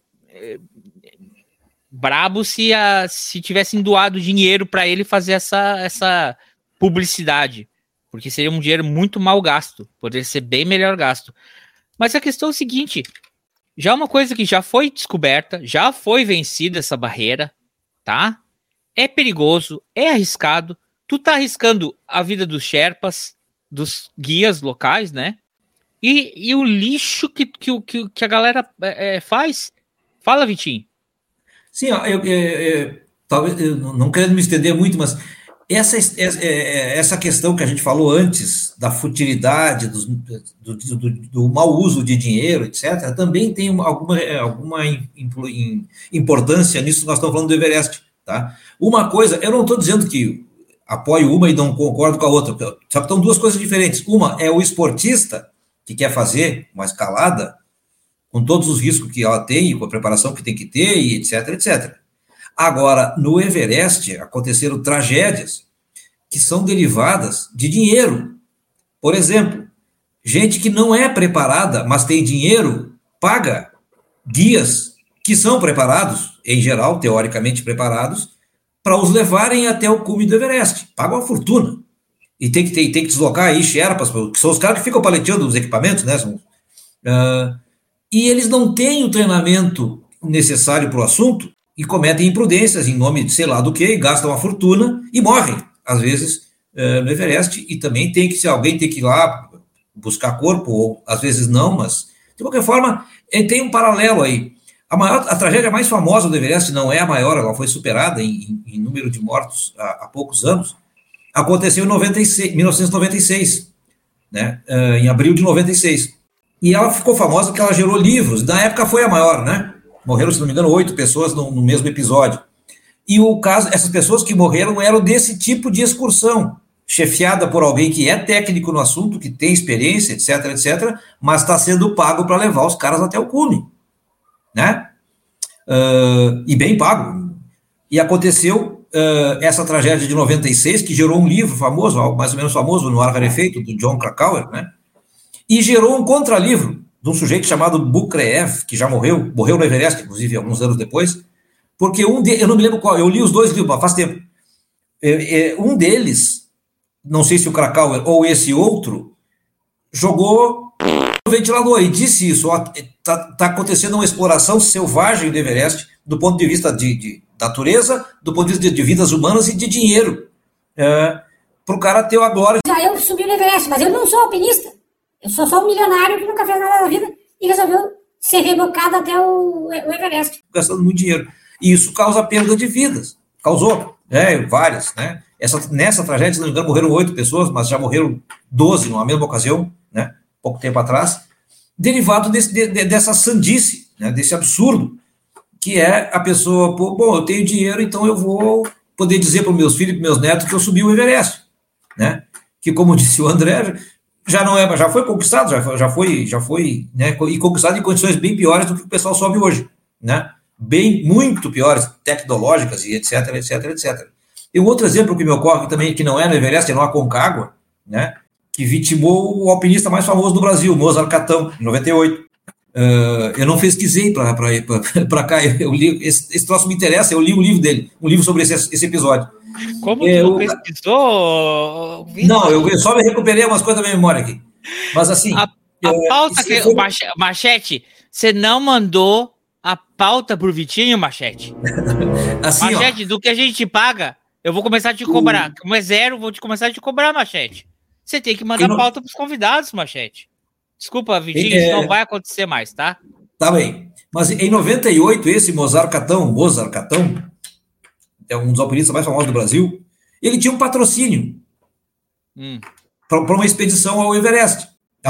brabo se tivessem doado dinheiro para ele fazer essa publicidade. Porque seria um dinheiro muito mal gasto. Poderia ser bem melhor gasto. Mas a questão é o seguinte. Já é uma coisa que já foi descoberta. Já foi vencida essa barreira. Tá? É perigoso. É arriscado. Tu tá arriscando a vida dos Sherpas. Dos guias locais, né? E o lixo que a galera faz. Fala, Vitinho. Sim, talvez, eu não querendo me estender muito, mas... Essa questão que a gente falou antes, da futilidade, do mau uso de dinheiro, etc., também tem alguma importância nisso que nós estamos falando do Everest. Tá? Uma coisa, eu não estou dizendo que apoio uma e não concordo com a outra, só que estão duas coisas diferentes. Uma é o esportista que quer fazer uma escalada, com todos os riscos que ela tem, com a preparação que tem que ter, e etc., etc. Agora, no Everest, aconteceram tragédias que são derivadas de dinheiro. Por exemplo, gente que não é preparada, mas tem dinheiro, paga guias que são preparados, em geral, teoricamente preparados, para os levarem até o cume do Everest. Pagam uma fortuna. E tem que deslocar aí Sherpas, que são os caras que ficam paleteando os equipamentos, né? E eles não têm o treinamento necessário para o assunto e cometem imprudências em nome de sei lá do que, e gastam uma fortuna e morrem, às vezes, no Everest, e também alguém tem que ir lá buscar corpo, ou às vezes não, mas, de qualquer forma, tem um paralelo aí. A tragédia mais famosa do Everest não é a maior, ela foi superada em número de mortos há poucos anos, aconteceu em 1996, né, em abril de 96. E ela ficou famosa porque ela gerou livros. Na época foi a maior, né? Morreram, se não me engano, 8 pessoas no mesmo episódio. E o caso, essas pessoas que morreram eram desse tipo de excursão, chefiada por alguém que é técnico no assunto, que tem experiência, etc, etc, mas está sendo pago para levar os caras até o cume, né? E bem pago. E aconteceu essa tragédia de 96, que gerou um livro famoso, algo mais ou menos famoso, No Ar Rarefeito, do Jon Krakauer, né? E gerou um contralivro de um sujeito chamado Bukreev, que já morreu no Everest, inclusive, alguns anos depois, porque eu não me lembro qual, eu li os 2 livros, mas faz tempo. Um deles, não sei se o Krakauer ou esse outro, jogou no ventilador e disse isso, tá acontecendo uma exploração selvagem do Everest, do ponto de vista de natureza, do ponto de vista de vidas humanas e de dinheiro, para o cara ter a glória. Eu subi no Everest, mas eu não sou alpinista. Eu sou só um milionário que nunca fez nada na vida e resolveu ser rebocado até o Everest. Gastando muito dinheiro. E isso causa perda de vidas. Causou, várias, né? Nessa tragédia, se não me engano, morreram 8 pessoas, mas já morreram 12 numa mesma ocasião, né? Pouco tempo atrás. Derivado dessa sandice, né? Desse absurdo, que é a pessoa, eu tenho dinheiro, então eu vou poder dizer para os meus filhos e para os meus netos que eu subi o Everest, né? Que, como disse o André, já foi conquistado, já foi, né, e conquistado em condições bem piores do que o pessoal sobe hoje, né? Muito piores, tecnológicas e etc, etc, etc. E um outro exemplo que me ocorre também, que não é no Everest, é no Aconcagua, né? Que vitimou o alpinista mais famoso do Brasil, Mozart Catão, em 98. Eu não pesquisei para cá, eu li, esse troço me interessa, eu li um livro dele, um livro sobre esse episódio. Como tu pesquisou? Não, eu só me recuperei umas coisas da minha memória aqui. Mas assim... A pauta Machete, você não mandou a pauta pro Vitinho, Machete? Assim, Machete, do que a gente paga, eu vou começar a te cobrar. Como é 0, vou começar a te cobrar, Machete. Você tem que mandar pauta pros convidados, Machete. Desculpa, Vitinho, isso não vai acontecer mais, tá? Tá bem. Mas em 98, esse Mozart Catão, é um dos alpinistas mais famosos do Brasil, ele tinha um patrocínio para uma expedição ao Everest.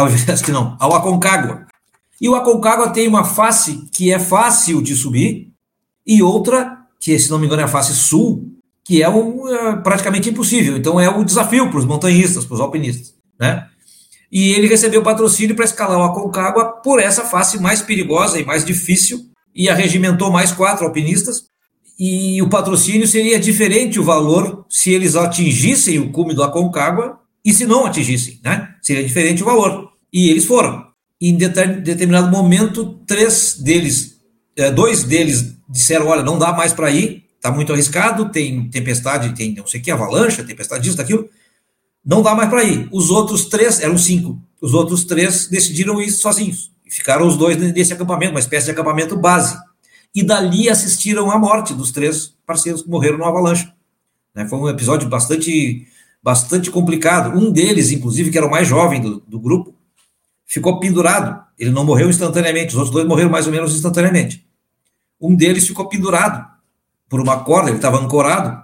Ao Aconcagua. E o Aconcagua tem uma face que é fácil de subir e outra, que se não me engano é a face sul, que é praticamente impossível. Então é um desafio para os montanhistas, para os alpinistas, né? E ele recebeu patrocínio para escalar o Aconcagua por essa face mais perigosa e mais difícil, e arregimentou mais 4 alpinistas, e o patrocínio seria diferente o valor se eles atingissem o cume do Aconcagua e se não atingissem, né? Seria diferente o valor. E eles foram. E em determinado momento, 2 deles disseram, olha, não dá mais para ir, está muito arriscado, tem tempestade, tem não sei o que, avalanche, tempestade disso, daquilo, não dá mais para ir. Os outros 3, eram 5, os outros 3 decidiram ir sozinhos. E ficaram os 2 nesse acampamento, uma espécie de acampamento base. E dali assistiram à morte dos 3 parceiros que morreram numa avalanche. Foi um episódio bastante complicado. Um deles, inclusive, que era o mais jovem do grupo, ficou pendurado. Ele não morreu instantaneamente, os outros 2 morreram mais ou menos instantaneamente. Um deles ficou pendurado por uma corda, ele estava ancorado,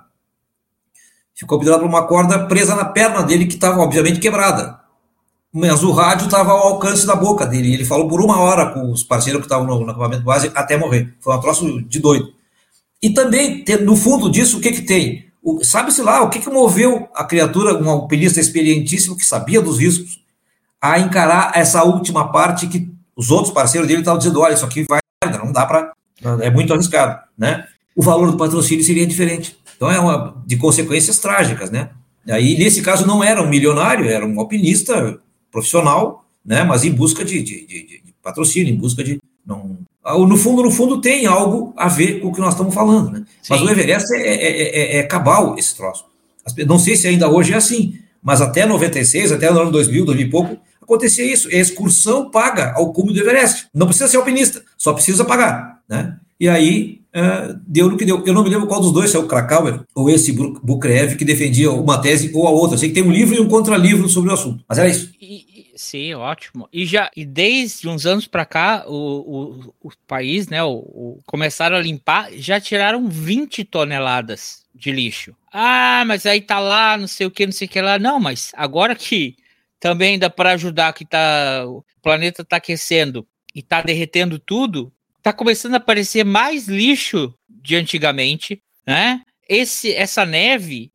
ficou pendurado por uma corda presa na perna dele, que estava, obviamente, quebrada. Mas o rádio estava ao alcance da boca dele. Ele falou por 1 hora com os parceiros que estavam no acampamento base até morrer. Foi um troço de doido. E também, no fundo disso, o que tem? Sabe-se lá o que moveu a criatura, um alpinista experientíssimo que sabia dos riscos, a encarar essa última parte que os outros parceiros dele estavam dizendo, olha, isso aqui não dá para... É muito arriscado, né? O valor do patrocínio seria diferente. Então é de consequências trágicas, né? Aí, nesse caso, não era um milionário, era um alpinista profissional, né? Mas em busca de patrocínio, em busca de... No fundo, tem algo a ver com o que nós estamos falando, né? Mas o Everest é cabal, esse troço. Não sei se ainda hoje é assim, mas até 96, até no ano 2000, 2000 e pouco, acontecia isso. A excursão paga ao cume do Everest. Não precisa ser alpinista, só precisa pagar, né? E aí deu no que deu. Eu não me lembro qual dos dois, se é o Krakauer ou esse Bukreev, que defendia uma tese ou a outra. Sei que tem um livro e um contra-livro sobre o assunto. Mas era isso. Sim, ótimo. E desde uns anos para cá, o país, né, começaram a limpar, já tiraram 20 toneladas de lixo. Ah, mas aí tá lá, não sei o que lá. Não, mas agora que também dá para ajudar, que o planeta tá aquecendo e tá derretendo tudo, tá começando a aparecer mais lixo de antigamente, né? Essa neve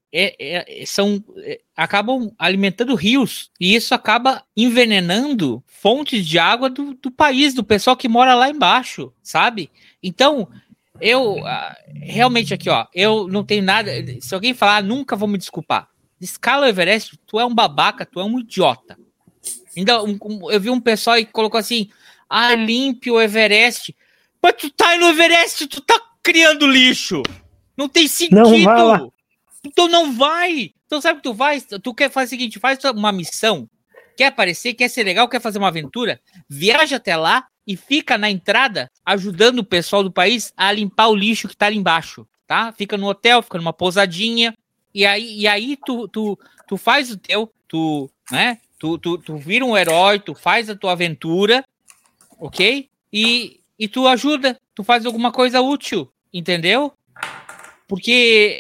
acabam alimentando rios, e isso acaba envenenando fontes de água do país, do pessoal que mora lá embaixo, sabe? Então, eu realmente aqui, ó, eu não tenho nada. Se alguém falar, nunca vou me desculpar. Escala o Everest, tu é um babaca, tu é um idiota. Então, eu vi um pessoal que colocou assim: limpe o Everest. Mas tu tá no Everest, tu tá criando lixo. Não tem sentido. Não vai lá. Então não vai. Então sabe o que tu faz? Tu quer fazer o seguinte, faz uma missão, quer aparecer, quer ser legal, quer fazer uma aventura, viaja até lá e fica na entrada ajudando o pessoal do país a limpar o lixo que tá ali embaixo, tá? Fica no hotel, fica numa pousadinha, e aí tu faz o teu, tu vira um herói, tu faz a tua aventura, ok? E tu ajuda, tu faz alguma coisa útil, entendeu? Porque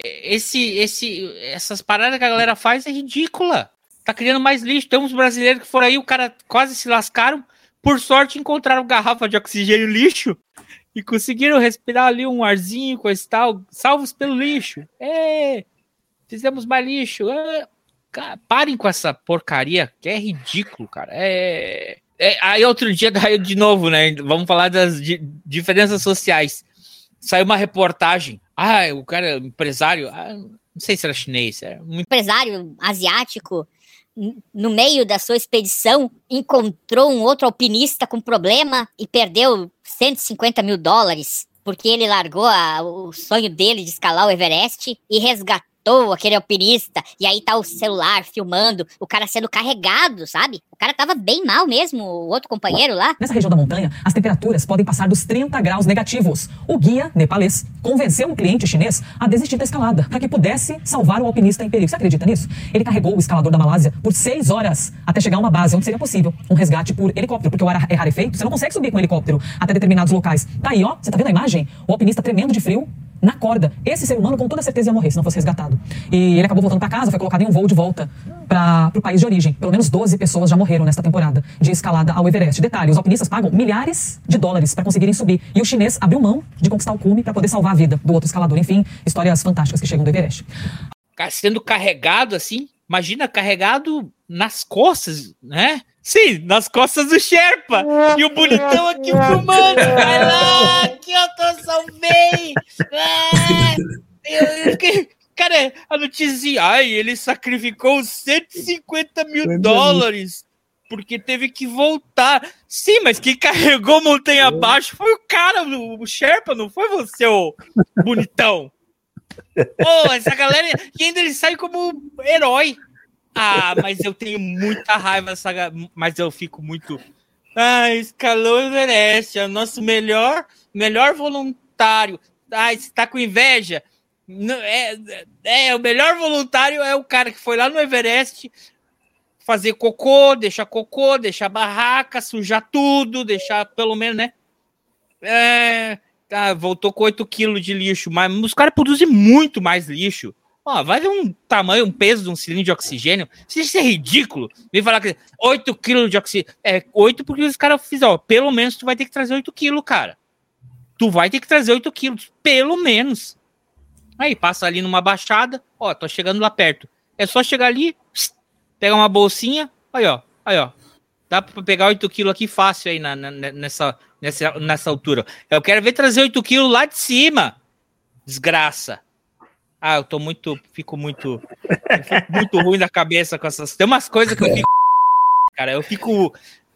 essas paradas que a galera faz é ridícula. Tá criando mais lixo. Tem uns brasileiros que foram aí, o cara quase se lascaram. Por sorte, encontraram garrafa de oxigênio lixo e conseguiram respirar ali um arzinho, coisa e tal, salvos pelo lixo. Fizemos mais lixo. Cara, parem com essa porcaria, que é ridículo, cara. Aí outro dia, de novo, né? Vamos falar das diferenças sociais. Saiu uma reportagem. O cara, empresário, não sei se era chinês. Era um empresário asiático, no meio da sua expedição, encontrou um outro alpinista com problema e perdeu $150 mil, porque ele largou o sonho dele de escalar o Everest e resgatou aquele alpinista, e aí tá o celular filmando, o cara sendo carregado, sabe? O cara tava bem mal mesmo, o outro companheiro lá. Nessa região da montanha, as temperaturas podem passar dos 30 graus negativos. O guia nepalês convenceu um cliente chinês a desistir da escalada, para que pudesse salvar o alpinista em perigo. Você acredita nisso? Ele carregou o escalador da Malásia por 6 horas até chegar a uma base onde seria possível um resgate por helicóptero, porque o ar é rarefeito, você não consegue subir com um helicóptero até determinados locais. Tá aí, ó, você tá vendo a imagem? O alpinista tremendo de frio, na corda. Esse ser humano com toda certeza ia morrer se não fosse resgatado. E ele acabou voltando para casa, foi colocado em um voo de volta para o país de origem. Pelo menos 12 pessoas já morreram nesta temporada de escalada ao Everest. Detalhe, os alpinistas pagam milhares de dólares para conseguirem subir. E o chinês abriu mão de conquistar o cume para poder salvar a vida do outro escalador. Enfim, histórias fantásticas que chegam do Everest. Sendo carregado assim, imagina, carregado nas costas, né? Sim, nas costas do Sherpa. E o bonitão aqui filmando. Vai lá, que eu tô salvei. Cara, a notícia, ele sacrificou $150 mil porque teve que voltar. Sim, mas quem carregou montanha abaixo foi o cara, o Sherpa, não foi você, ô bonitão. Essa galera... E ainda ele sai como herói. Mas eu tenho muita raiva dessa... Mas eu fico muito... escalou o Everest, é o nosso melhor voluntário. Você tá com inveja? Não, o melhor voluntário é o cara que foi lá no Everest fazer cocô, deixar barraca, sujar tudo, deixar pelo menos, né? Voltou com 8 quilos de lixo, mas os caras produzem muito mais lixo. Vai ver um peso de um cilindro de oxigênio. Isso é ridículo. Vem falar que 8 quilos de oxigênio. 8 porque os caras fizeram, pelo menos tu vai ter que trazer 8 quilos, cara. Tu vai ter que trazer 8 quilos, pelo menos. Aí passa ali numa baixada, tô chegando lá perto. É só chegar ali, pegar uma bolsinha, aí ó. Dá pra pegar 8 quilos aqui fácil aí nessa altura. Eu quero ver trazer 8 quilos lá de cima. Desgraça. Fico muito ruim da cabeça com essas... Tem umas coisas que eu fico... Cara, eu fico...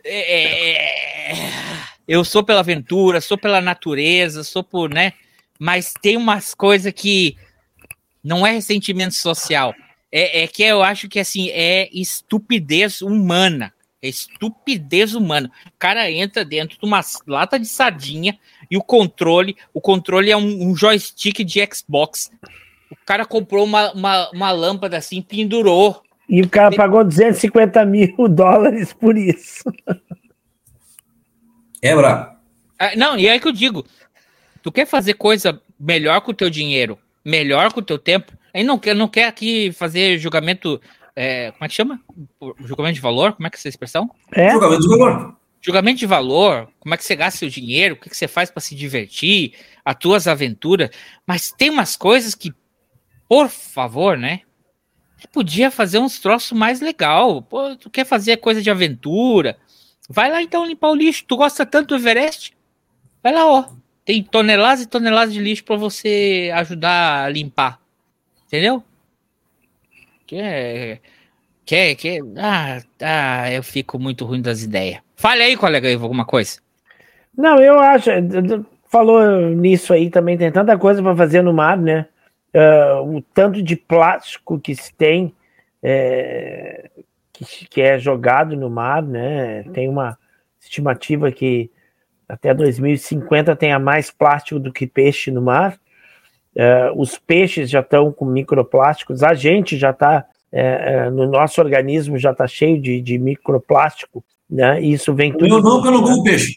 Eu sou pela aventura, sou pela natureza, sou por, né? Mas tem umas coisas que não é ressentimento social. Que eu acho que, assim, é estupidez humana. É estupidez humana. O cara entra dentro de uma lata de sardinha e o controle é um joystick de Xbox. O cara comprou uma lâmpada assim, pendurou. E o cara pagou $250 mil por isso. É, brabo. Não, e aí que eu digo, tu quer fazer coisa melhor com o teu dinheiro, melhor com o teu tempo, aí não quer aqui fazer julgamento, como é que chama? Julgamento de valor? Como é que é essa expressão? Julgamento de valor. Julgamento de valor, como é que você gasta seu dinheiro, o que você faz para se divertir, as tuas aventuras, mas tem umas coisas que, por favor, né? Você podia fazer uns troços mais legal. Pô, tu quer fazer coisa de aventura? Vai lá então limpar o lixo. Tu gosta tanto do Everest? Vai lá, ó. Tem toneladas e toneladas de lixo para você ajudar a limpar. Entendeu? Eu fico muito ruim das ideias. Fale aí, colega, alguma coisa. Não, eu acho. Falou nisso aí também. Tem tanta coisa para fazer no mar, né? O tanto de plástico que se tem, que é jogado no mar, né? Tem uma estimativa que até 2050 tenha mais plástico do que peixe no mar. Os peixes já estão com microplásticos, a gente já está, no nosso organismo já está cheio de microplástico, né? E isso vem tudo. Eu não como peixe.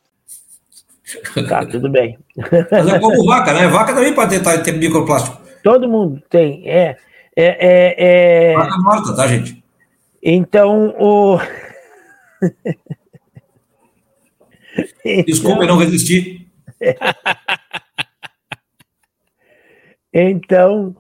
Tá, tudo bem. Mas é como vaca, né? Vaca também pode ter microplástico. Todo mundo tem, Vaca morta, tá, gente? Então, Desculpa, eu não resisti. Então,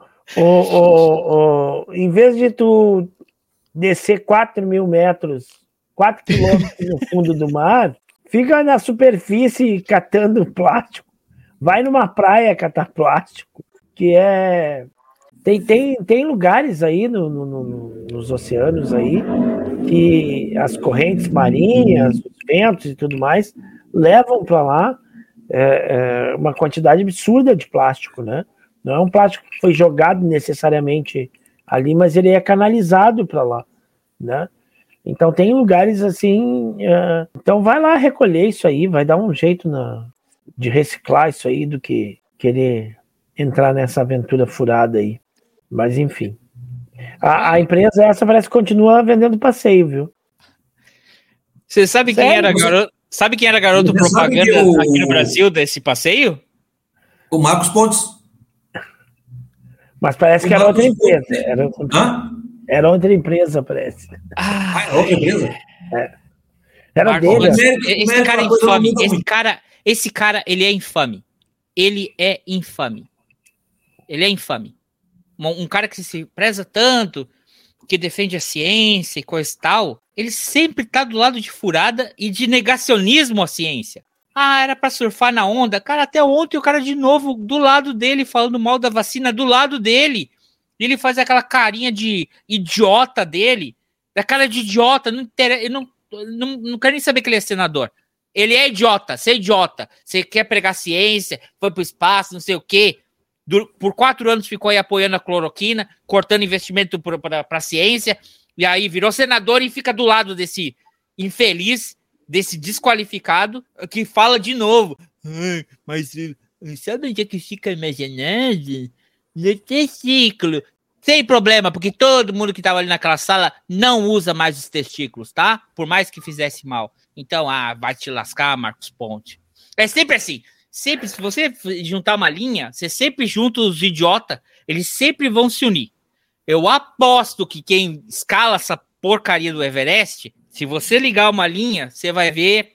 em vez de tu descer 4.000 metros, 4 quilômetros no fundo do mar, fica na superfície catando plástico. Vai numa praia catar plástico, que é... Tem lugares aí nos oceanos aí que as correntes marinhas, os ventos e tudo mais levam para lá uma quantidade absurda de plástico, né? Não é um plástico que foi jogado necessariamente ali, mas ele é canalizado para lá, né? Então tem lugares assim... Então vai lá recolher isso aí, vai dar um jeito de reciclar isso aí do que querer entrar nessa aventura furada aí. Mas enfim. A empresa essa parece que continua vendendo passeio, viu? Você sabe quem era garoto? Sabe quem era garoto propaganda aqui no Brasil desse passeio? O Marcos Pontes. Mas parece que era outra empresa. Era outra empresa, parece. É outra empresa? Era dele. Esse cara é infame. Esse cara, ele é infame. Ele é infame. Ele é infame. Um cara que se preza tanto, que defende a ciência e coisa e tal, ele sempre tá do lado de furada e de negacionismo à ciência. Era pra surfar na onda. Cara, até ontem o cara de novo do lado dele, falando mal da vacina, do lado dele. E ele faz aquela carinha de idiota dele. Da cara de idiota. Não quero nem saber que ele é senador. Ele é idiota, você é idiota. Você quer pregar ciência, foi pro espaço, não sei o quê. Por 4 anos ficou aí apoiando a cloroquina, cortando investimento para a ciência, e aí virou senador e fica do lado desse infeliz, desse desqualificado, que fala de novo. Mas sabe onde é que fica armazenado? No testículo. Sem problema, porque todo mundo que estava ali naquela sala não usa mais os testículos, tá? Por mais que fizesse mal. Então, vai te lascar, Marcos Ponte. É sempre assim. Sempre, se você juntar uma linha, você sempre junta os idiotas, eles sempre vão se unir. Eu aposto que quem escala essa porcaria do Everest, se você ligar uma linha, você vai ver,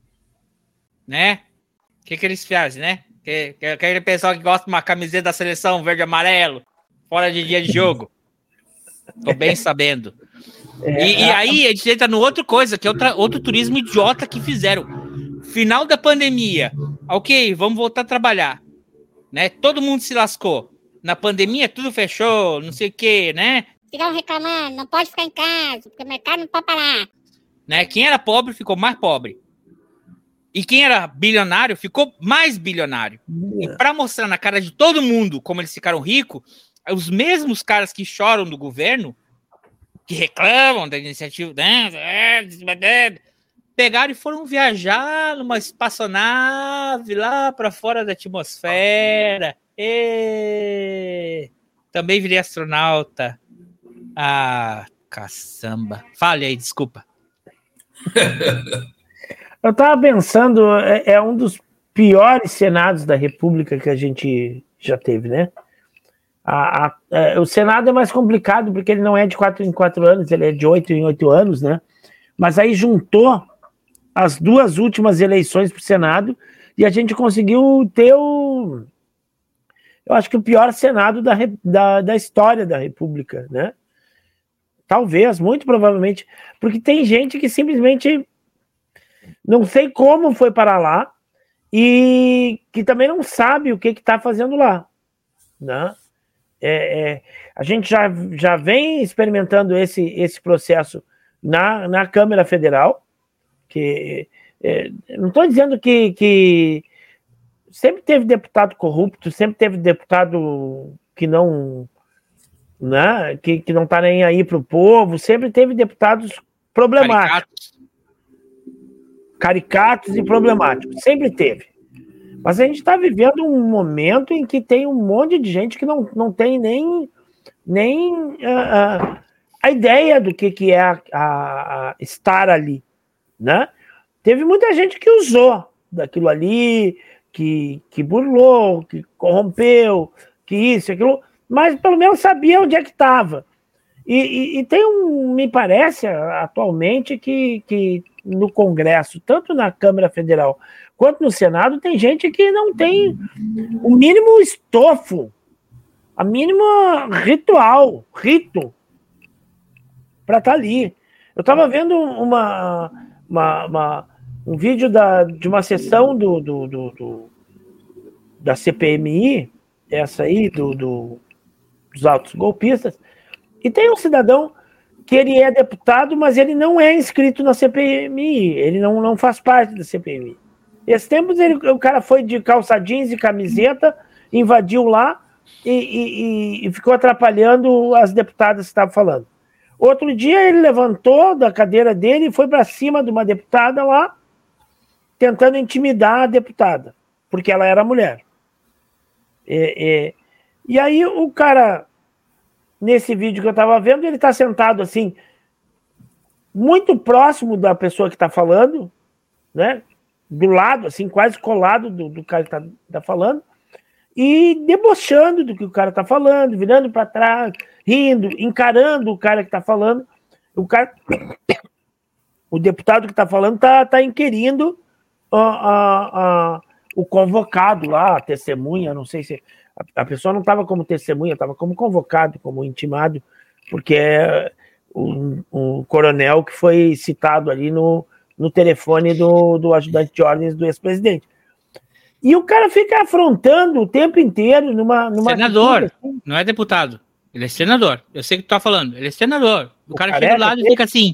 né? O que eles fazem, né? Aquele pessoal que gosta de uma camiseta da seleção verde e amarelo, fora de dia de jogo. Tô bem sabendo. E aí a gente entra no outra coisa, que é outro turismo idiota que fizeram. Final da pandemia, ok, vamos voltar a trabalhar, né? Todo mundo se lascou. Na pandemia tudo fechou, não sei o que, né? Ficam reclamando, não pode ficar em casa, porque o mercado não pode parar. Né? Quem era pobre ficou mais pobre. E quem era bilionário ficou mais bilionário. E para mostrar na cara de todo mundo como eles ficaram ricos, os mesmos caras que choram do governo, que reclamam da iniciativa, pegaram e foram viajar numa espaçonave lá para fora da atmosfera. Também virei astronauta. Ah, caçamba. Fale aí, desculpa. Eu tava pensando, é um dos piores senados da República que a gente já teve, né? O Senado é mais complicado porque ele não é de 4 em 4 anos, ele é de 8 em 8 anos, né? Mas aí juntou as duas últimas eleições para o Senado e a gente conseguiu ter eu acho que o pior Senado da história da República, né? Talvez, muito provavelmente, porque tem gente que simplesmente não sei como foi para lá e que também não sabe o que está fazendo lá, né? A gente já vem experimentando esse processo na Câmara Federal, que não estou dizendo que sempre teve deputado corrupto, sempre teve deputado que não, né, que não está nem aí para o povo, sempre teve deputados problemáticos, caricatos e problemáticos, sempre teve. Mas a gente está vivendo um momento em que tem um monte de gente que não tem nem a ideia do que é estar ali, né? Teve muita gente que usou daquilo ali, que burlou, que corrompeu, que isso, aquilo, mas pelo menos sabia onde é que estava. E me parece atualmente que no Congresso, tanto na Câmara Federal quanto no Senado, tem gente que não tem o mínimo estofo, a mínima rito para estar ali. Eu estava vendo um vídeo de uma sessão da CPMI, essa aí, dos autos golpistas, e tem um cidadão que ele é deputado, mas ele não é inscrito na CPMI, ele não faz parte da CPMI. Esses tempos o cara foi de calça jeans e camiseta, invadiu lá e ficou atrapalhando as deputadas que estavam falando. Outro dia ele levantou da cadeira dele e foi para cima de uma deputada lá, tentando intimidar a deputada, porque ela era mulher. E aí o cara, nesse vídeo que eu estava vendo, ele está sentado assim, muito próximo da pessoa que está falando, né? Do lado, assim, quase colado do cara que tá falando, e debochando do que o cara tá falando, virando para trás, rindo, encarando o cara que tá falando. O deputado que tá falando tá inquirindo o convocado lá, a testemunha, não sei se... A pessoa não estava como testemunha, estava como convocado, como intimado, porque é o coronel que foi citado ali no telefone do ajudante de ordens do ex-presidente. E o cara fica afrontando o tempo inteiro numa senador, assim. Não é deputado. Ele é senador. Eu sei o que tu tá falando. Ele é senador. O cara chega do lado e fica assim.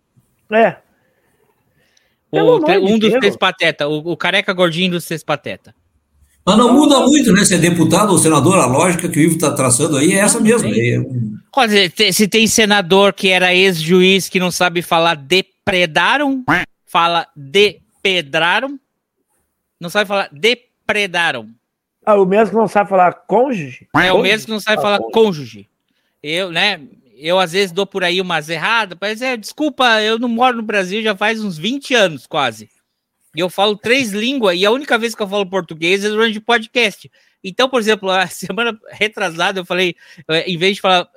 Um dos três patetas. O careca gordinho dos três patetas. Mas não muda muito, né? Se é deputado ou senador, a lógica que o Ivo está traçando aí é essa mesmo. Se tem senador que era ex-juiz que não sabe falar depredaram, fala depedraram, não sabe falar depredaram. O mesmo que não sabe falar cônjuge? O mesmo que não sabe falar cônjuge. Eu às vezes dou por aí umas erradas, mas desculpa, eu não moro no Brasil já faz uns 20 anos quase. E eu falo 3 línguas, e a única vez que eu falo português é durante o podcast. Então, por exemplo, a semana retrasada eu falei, em vez de falar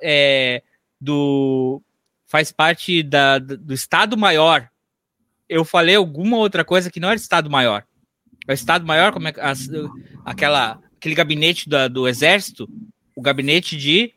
faz parte do Estado Maior, eu falei alguma outra coisa que não era Estado Maior. O Estado Maior, como é aquele gabinete do Exército, o gabinete de...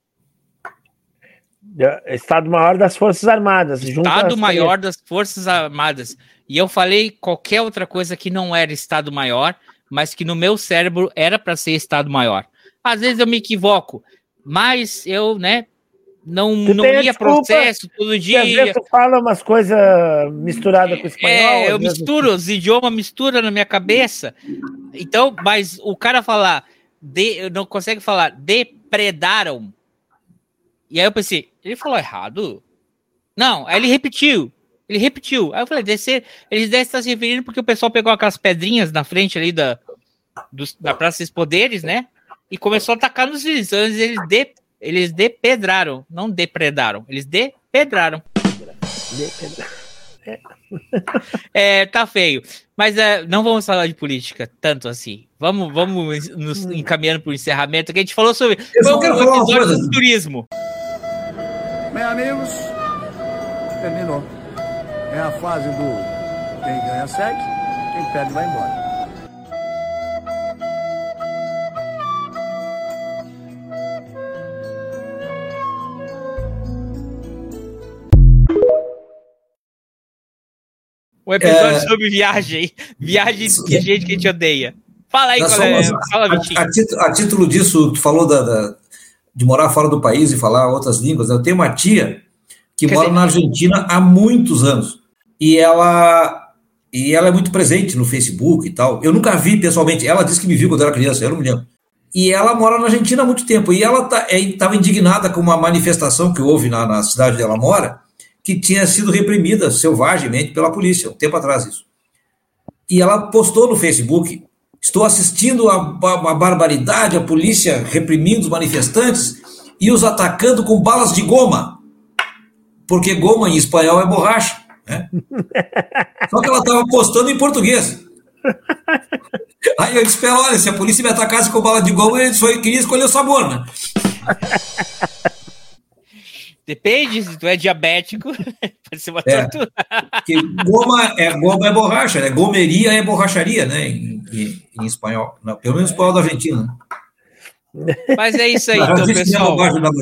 Estado Maior das Forças Armadas. Estado Maior das Forças Armadas. E eu falei qualquer outra coisa que não era Estado Maior, mas que no meu cérebro era para ser Estado Maior. Às vezes eu me equivoco, mas eu, não ia processo todo dia. Às vezes tu fala umas coisas misturadas com o espanhol. Eu misturo, os idiomas misturam na minha cabeça. Então, mas o cara não consegue falar depredaram. E aí eu pensei, ele falou errado? Não, aí ele repetiu. Aí eu falei, eles devem estar se referindo porque o pessoal pegou aquelas pedrinhas na frente ali da Praça dos Poderes, né? E começou a atacar nos vizinhos. Eles depedraram, não depredaram. Eles depedraram. Tá feio. Mas não vamos falar de política tanto assim. Vamos nos encaminhando para o encerramento, que a gente falou sobre o episódio do turismo. Bem, amigos, terminou. É a fase do quem ganha segue, quem perde vai embora. Um episódio sobre viagem. Viagem de gente que a gente odeia. Fala aí, fala, Vitinho. A título disso, tu falou de morar fora do país e falar outras línguas. Eu tenho uma tia que mora na Argentina há muitos anos. E ela é muito presente no Facebook e tal. Eu nunca vi pessoalmente. Ela disse que me viu quando era criança, eu não me lembro. E ela mora na Argentina há muito tempo. E ela estava indignada com uma manifestação que houve na cidade onde ela mora, que tinha sido reprimida selvagemente pela polícia, um tempo atrás isso. E ela postou no Facebook: estou assistindo a barbaridade, a polícia reprimindo os manifestantes e os atacando com balas de goma, porque goma em espanhol é borracha, né? Só que ela estava postando em português. Aí eu disse, olha, se a polícia me atacasse com bala de goma, eu só queria escolher o sabor, né? Depende, se tu é diabético, pode ser uma tortura. Porque goma é borracha, né? Gomeria é borracharia, né? Em espanhol. Não, pelo menos em espanhol da Argentina. Mas é isso aí, então, pessoal.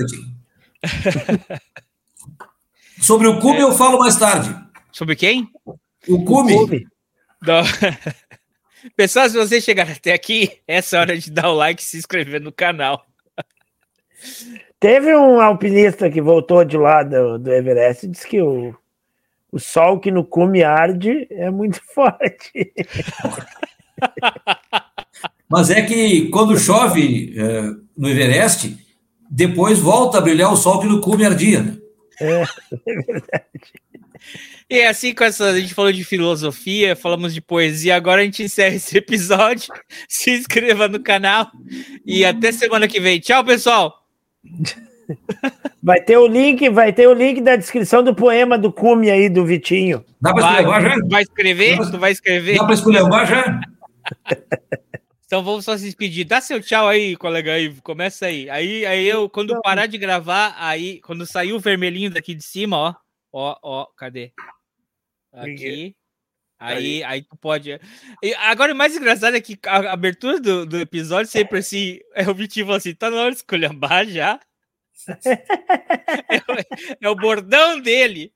Sobre o cume eu falo mais tarde. Sobre quem? O cume. Pessoal, se você chegar até aqui, essa é a hora de dar o like e se inscrever no canal. Teve um alpinista que voltou de lá do Everest e disse que o sol que no cume arde é muito forte. Mas é que quando chove no Everest, depois volta a brilhar o sol que no cume ardia, né? É verdade. E assim, a gente falou de filosofia, falamos de poesia, agora a gente encerra esse episódio. Se inscreva no canal e até semana que vem. Tchau, pessoal! Vai ter o link da descrição do poema do cume aí, do Vitinho. Dá para escrever já? Vai escrever? Tu vai escrever? Dá para escrever já? Então vamos só se despedir. Dá seu tchau aí, colega aí. Começa aí. Aí eu, quando parar de gravar, aí, quando sair o vermelhinho daqui de cima, ó, cadê? Aqui. Aí tu pode. E agora o mais engraçado é que a abertura do episódio sempre assim, é o Vitinho falando assim, tá na hora de esculhambar já. É o bordão dele.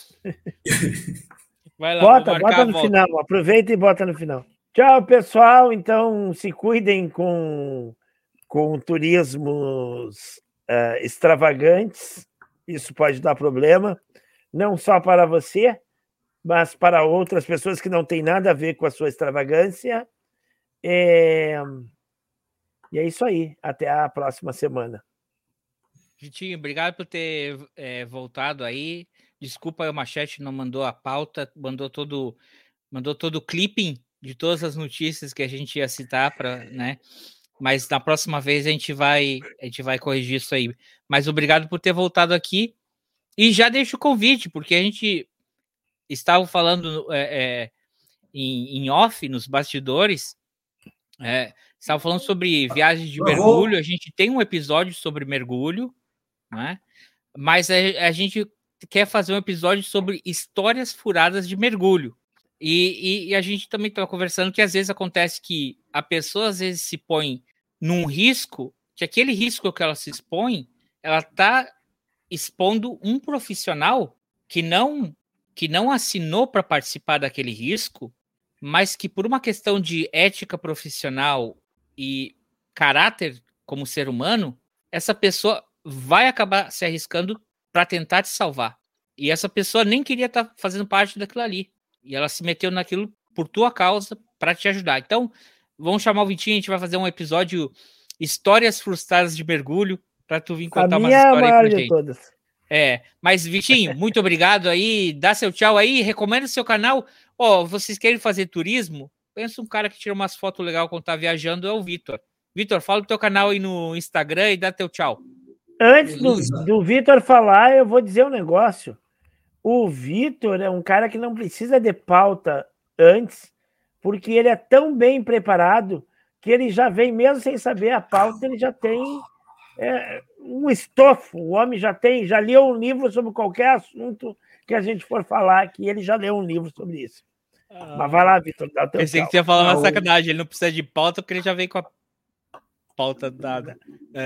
Vai lá, bota no final. Aproveita e bota no final. Tchau, pessoal. Então, se cuidem com turismos extravagantes. Isso pode dar problema. Não só para você, mas para outras pessoas que não têm nada a ver com a sua extravagância. E é isso aí. Até a próxima semana. Vitinho, obrigado por ter voltado aí. Desculpa, o Machete não mandou a pauta, mandou todo o clipping de todas as notícias que a gente ia citar, né? Mas na próxima vez a gente vai corrigir isso aí. Mas obrigado por ter voltado aqui. E já deixo o convite, porque a gente estava falando em off, nos bastidores, estava falando sobre viagens de mergulho. A gente tem um episódio sobre mergulho, né? Mas a gente quer fazer um episódio sobre histórias furadas de mergulho. E a gente também estava conversando que às vezes acontece que a pessoa às vezes se põe num risco, que aquele risco que ela se expõe, ela está expondo um profissional que não assinou para participar daquele risco, mas que por uma questão de ética profissional e caráter como ser humano, essa pessoa vai acabar se arriscando para tentar te salvar. E essa pessoa nem queria estar fazendo parte daquilo ali. E ela se meteu naquilo por tua causa para te ajudar. Então, vamos chamar o Vitinho, a gente vai fazer um episódio Histórias Frustradas de Mergulho, para tu vir contar uma história aí pra gente. Todas. Mas, Vitinho, muito obrigado aí. Dá seu tchau aí, recomenda o seu canal. Vocês querem fazer turismo? Pensa um cara que tira umas fotos legais quando tá viajando, é o Vitor. Vitor, fala do teu canal aí no Instagram e dá teu tchau. Antes do Vitor falar, eu vou dizer um negócio. O Vitor é um cara que não precisa de pauta antes, porque ele é tão bem preparado que ele já vem, mesmo sem saber a pauta, ele já tem um estofo. O homem já leu um livro sobre qualquer assunto que a gente for falar, que ele já leu um livro sobre isso. Mas vai lá, Vitor, dá o teu Pensei que você ia falar uma sacanagem, ele não precisa de pauta, porque ele já vem com a pauta dada.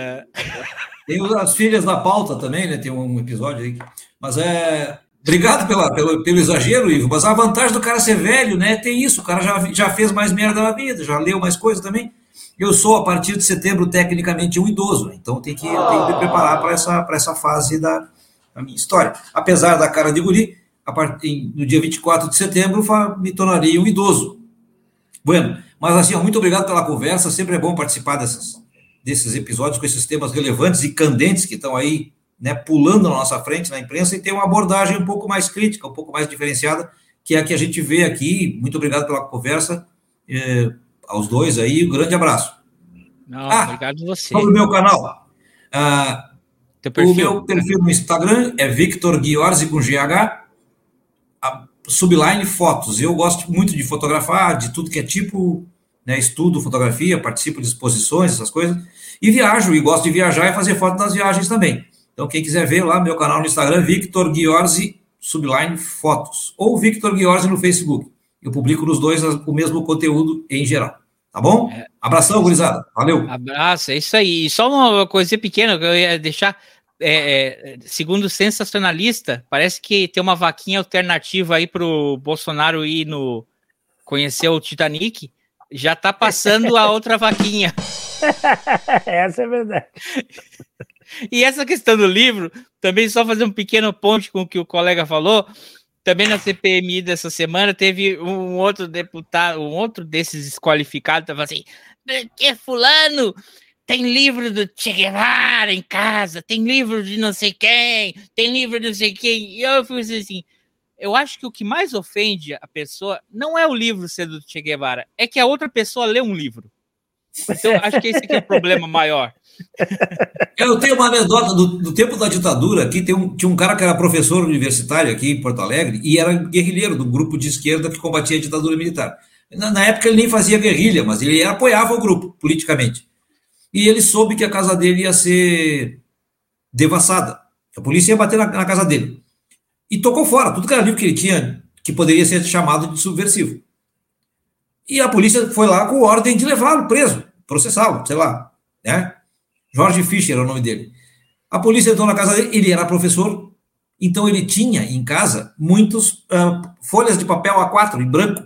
Tem as filhas da pauta também, né? Tem um episódio aí. Mas obrigado pelo exagero, Ivo. Mas a vantagem do cara ser velho, né? Tem isso. O cara já fez mais merda na vida, já leu mais coisa também. Eu sou, a partir de setembro, tecnicamente um idoso. Então tem que me preparar para essa fase da minha história. Apesar da cara de guri, no dia 24 de setembro, me tornaria um idoso. Bueno, mas assim, muito obrigado pela conversa. Sempre é bom participar desses episódios com esses temas relevantes e candentes que estão aí, né, pulando na nossa frente na imprensa, e ter uma abordagem um pouco mais crítica, um pouco mais diferenciada, que é a que a gente vê aqui. Muito obrigado pela conversa, aos dois aí, um grande abraço. Obrigado a você. Sobre o meu canal. O meu perfil no Instagram é Victor Ghiorzi com GH, Subline Fotos. Eu gosto muito de fotografar, de tudo que é tipo, né, estudo fotografia, participo de exposições, essas coisas, e viajo, e gosto de viajar e fazer foto das viagens também. Então, quem quiser ver lá, meu canal no Instagram, Victor Ghiorzi Subline Fotos, ou Victor Ghiorzi no Facebook. Eu publico nos dois o mesmo conteúdo em geral. Tá bom? Abração, gurizada. Valeu. Abraço, é isso aí. E só uma coisinha pequena que eu ia deixar. Segundo o sensacionalista, parece que tem uma vaquinha alternativa aí pro Bolsonaro ir conhecer o Titanic. Já tá passando a outra vaquinha. Essa é verdade. E essa questão do livro, também só fazer um pequeno ponte com o que o colega falou. Também na CPMI dessa semana teve um outro deputado, um outro desses desqualificados, estava assim, que fulano tem livro do Che Guevara em casa, tem livro de não sei quem, tem livro de não sei quem. E eu fui assim, eu acho que o que mais ofende a pessoa não é o livro ser do Che Guevara, é que a outra pessoa lê um livro. Então, acho que esse aqui é o problema maior. Eu tenho uma anedota do tempo da ditadura. Aqui tinha um cara que era professor universitário aqui em Porto Alegre e era guerrilheiro do grupo de esquerda que combatia a ditadura militar. Na época ele nem fazia guerrilha, mas ele apoiava o grupo politicamente. E ele soube que a casa dele ia ser devassada. A polícia ia bater na casa dele. E tocou fora tudo que era livro que ele tinha, que poderia ser chamado de subversivo. E a polícia foi lá com ordem de levá-lo preso, processá-lo, sei lá, né? Jorge Fischer era o nome dele. A polícia entrou na casa dele, ele era professor, então ele tinha em casa muitas folhas de papel A4 em branco.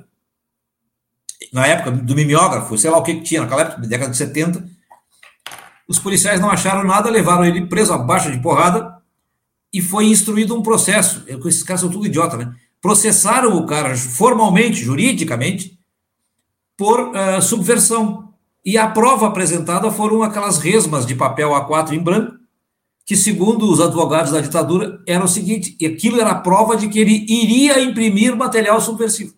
Na época do mimeógrafo, sei lá o que tinha, naquela época, década de 70. Os policiais não acharam nada, levaram ele preso à baixa de porrada e foi instruído um processo. Esses caras são tudo idiota, né? Processaram o cara formalmente, juridicamente, por subversão. E a prova apresentada foram aquelas resmas de papel A4 em branco, que, segundo os advogados da ditadura, era o seguinte, e aquilo era a prova de que ele iria imprimir material subversivo.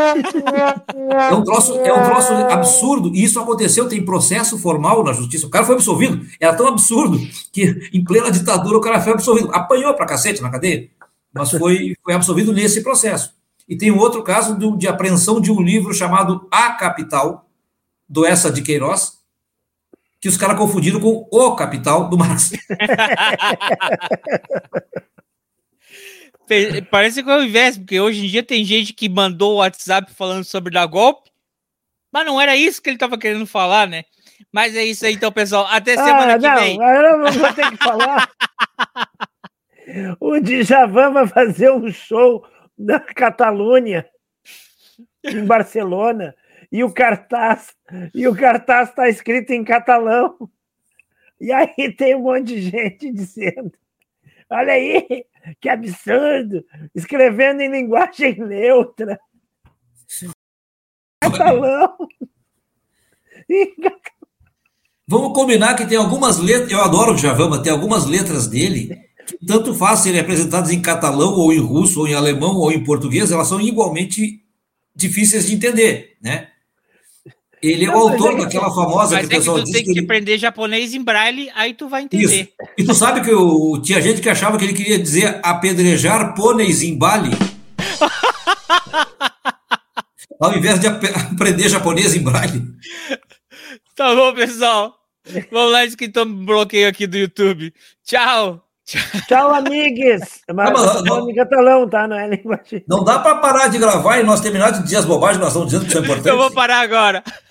É um troço absurdo, e isso aconteceu, tem processo formal na justiça, o cara foi absolvido, era tão absurdo que em plena ditadura o cara foi absolvido, apanhou pra cacete na cadeia, mas foi absolvido nesse processo. E tem um outro caso de apreensão de um livro chamado A Capital, do Essa de Queiroz, que os caras confundiram com O Capital, do Marx. Parece que é o inverso, porque hoje em dia tem gente que mandou o WhatsApp falando sobre dar golpe, mas não era isso que ele estava querendo falar, né? Mas é isso aí, então, pessoal. Até semana que vem. Eu vou ter que falar. O Djavan vai fazer um show na Catalunha, em Barcelona, e o cartaz está escrito em catalão. E aí tem um monte de gente dizendo, olha aí, que absurdo, escrevendo em linguagem neutra. Catalão. Vamos combinar que tem algumas letras, eu adoro o Djavan, mas tem algumas letras dele tanto faz serem apresentadas em catalão, ou em russo, ou em alemão, ou em português, elas são igualmente difíceis de entender, né? Ele é o autor daquela famosa que o pessoal diz que tem que aprender japonês em braille, aí tu vai entender. Isso. E tu sabe que tinha gente que achava que ele queria dizer apedrejar pôneis em Bali, ao invés de aprender japonês em braille. Tá bom, pessoal. Vamos lá, que toma bloqueio aqui do YouTube. Tchau. Tchau, amigos. Mas catalão, tá? Não é linguagem. Não dá para parar de gravar e nós terminar de dizer as bobagens que nós estamos dizendo que são importantes. Eu vou parar agora.